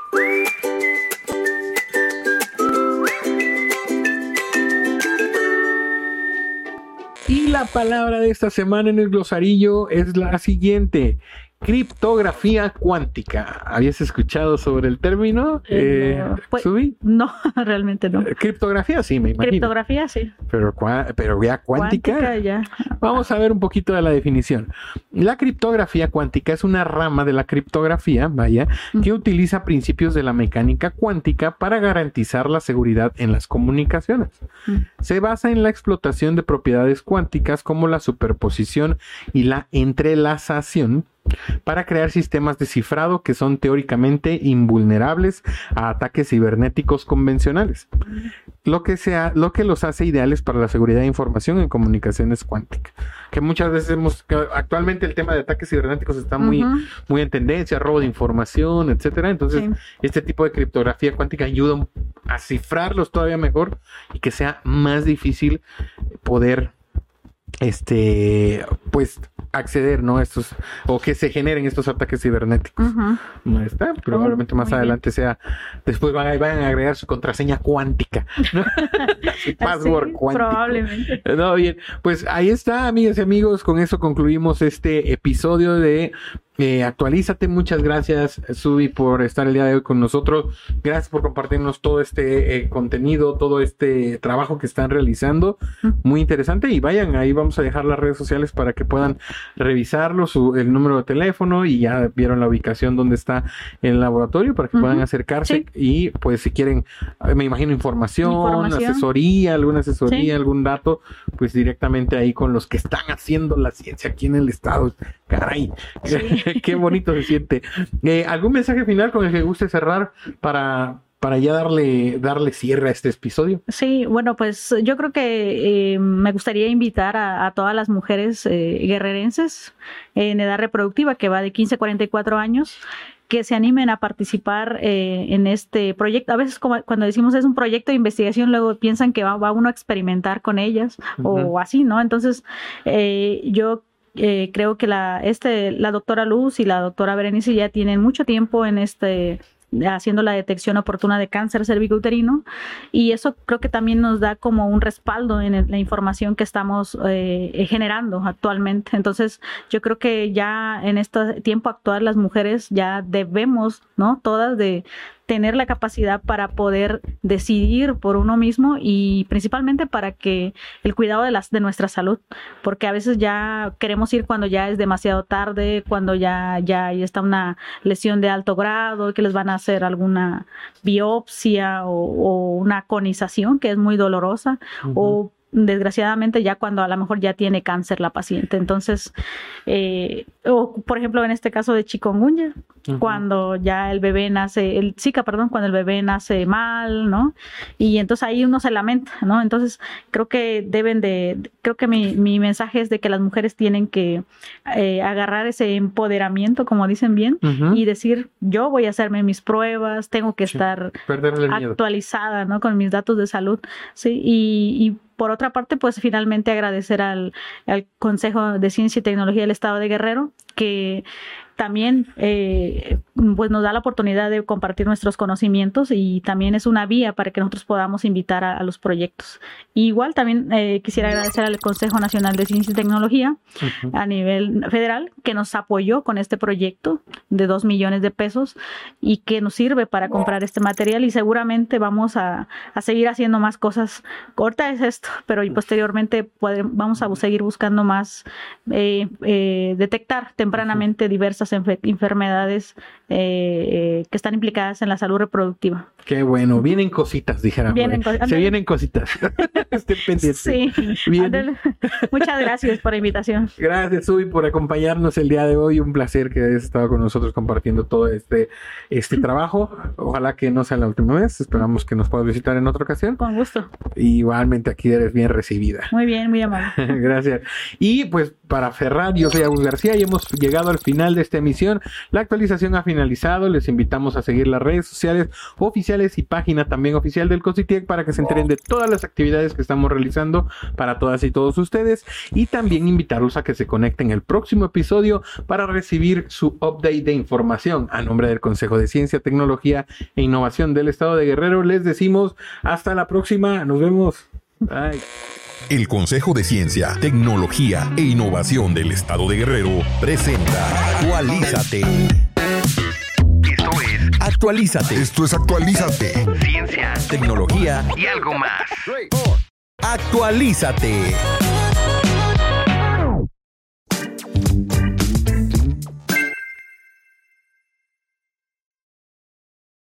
Y la palabra de esta semana en el glosarillo es la siguiente: criptografía cuántica. ¿Habías escuchado sobre el término,
Eh,
eh,
no. Pues-
Subi?
No, realmente no.
Eh, Criptografía, sí, me imagino.
Criptografía, sí.
Pero, cua- pero ya cuántica.
Cuántica, ya.
Vamos a ver un poquito de la definición. La criptografía cuántica es una rama de la criptografía, vaya, que utiliza principios de la mecánica cuántica para garantizar la seguridad en las comunicaciones.
Mm.
Se basa en la explotación de propiedades cuánticas como la superposición y la entrelazación para crear sistemas de cifrado que son teóricamente invulnerables a ataques cibernéticos convencionales, lo que, sea, lo que los hace ideales para la seguridad de información en comunicaciones cuánticas. Que muchas veces hemos, que actualmente el tema de ataques cibernéticos está muy,
Ujú.
muy en tendencia, robo de información, etcétera. Entonces,
Sí.
este tipo de criptografía cuántica ayuda a cifrarlos todavía mejor y que sea más difícil poder, este, pues, acceder, ¿no? A estos, o que se generen estos ataques cibernéticos.
Ujú.
No está, probablemente más
muy bien.
adelante sea, después van a, van a agregar su contraseña cuántica, ¿no? Su password
Sí,
cuántico.
probablemente.
No, bien, pues ahí está, amigas y amigos, con eso concluimos este episodio de Eh, actualízate, muchas gracias Subi por estar el día de hoy con nosotros, gracias por compartirnos todo este eh, contenido, todo este trabajo que están realizando, muy interesante, y vayan, ahí vamos a dejar las redes sociales para que puedan revisarlo, su, el número de teléfono, y ya vieron la ubicación donde está el laboratorio para que uh-huh. puedan acercarse, sí. y pues si quieren, me imagino información, información. asesoría, alguna asesoría, sí. algún dato, pues directamente ahí con los que están haciendo la ciencia aquí en el estado. Caray, sí. Qué bonito se siente. Eh, ¿Algún mensaje final con el que guste cerrar para, para ya darle, darle cierre a este episodio?
Sí, bueno, pues yo creo que eh, me gustaría invitar a, a todas las mujeres eh, guerrerenses en edad reproductiva, que va de quince a cuarenta y cuatro años, que se animen a participar eh, en este proyecto. A veces como cuando decimos es un proyecto de investigación, luego piensan que va, va uno a experimentar con ellas uh-huh. o así, ¿no? Entonces, eh, yo Eh, creo que la, este, la doctora Luz y la doctora Berenice ya tienen mucho tiempo en este haciendo la detección oportuna de cáncer cervicouterino, y eso creo que también nos da como un respaldo en el, la información que estamos eh, generando actualmente. Entonces yo creo que ya en este tiempo actual las mujeres ya debemos, ¿no? Todas de tener la capacidad para poder decidir por uno mismo, y principalmente para que el cuidado de las de nuestra salud, porque a veces ya queremos ir cuando ya es demasiado tarde, cuando ya ya, ya está una lesión de alto grado, que les van a hacer alguna biopsia o, o una conización que es muy dolorosa, uh-huh. o desgraciadamente ya cuando a lo mejor ya tiene cáncer la paciente. Entonces, eh, o por ejemplo en este caso de chikungunya, uh-huh. cuando ya el bebé nace, el Zika, perdón, cuando el bebé nace mal, ¿no? Y entonces ahí uno se lamenta, ¿no? Entonces creo que deben de, creo que mi, mi mensaje es de que las mujeres tienen que eh, agarrar ese empoderamiento, como dicen bien, uh-huh. y decir, yo voy a hacerme mis pruebas, tengo que sí. estar actualizada, ¿no? Con mis datos de salud, ¿sí? Y, y por otra parte, pues finalmente agradecer al, al Consejo de Ciencia y Tecnología del Estado de Guerrero, que también eh, pues nos da la oportunidad de compartir nuestros conocimientos, y también es una vía para que nosotros podamos invitar a, a los proyectos. Y igual también eh, quisiera agradecer al Consejo Nacional de Ciencia y Tecnología uh-huh. a nivel federal, que nos apoyó con este proyecto de dos millones de pesos y que nos sirve para comprar este material, y seguramente vamos a, a seguir haciendo más cosas. Ahorita es esto, pero y posteriormente poder, vamos a seguir buscando más, eh, eh, detectar tempranamente diversas enfermedades eh, que están implicadas en la salud reproductiva.
Qué bueno, vienen cositas, dijéramos. Vienen co- Se vienen cositas. Estén pendientes. Sí.
Muchas gracias por la invitación.
Gracias, Subi, por acompañarnos el día de hoy. Un placer que hayas estado con nosotros compartiendo todo este, este trabajo. Ojalá que no sea la última vez. Esperamos que nos puedas visitar en otra ocasión.
Con gusto.
Y igualmente aquí eres bien recibida.
Muy bien, muy amable.
Gracias. Y pues para cerrar, yo soy Agus García y hemos llegado al final de esta emisión. La actualización ha finalizado. Les invitamos a seguir las redes sociales oficiales y página también oficial del COCITIEC para que se enteren de todas las actividades que estamos realizando para todas y todos ustedes, y también invitarlos a que se conecten el próximo episodio para recibir su update de información. A nombre del Consejo de Ciencia, Tecnología e Innovación del Estado de Guerrero, les decimos hasta la próxima. Nos vemos. Bye.
El Consejo de Ciencia, Tecnología e Innovación del Estado de Guerrero presenta Actualízate. Esto es Actualízate.
Esto es Actualízate.
Ciencia, tecnología y algo más. Actualízate.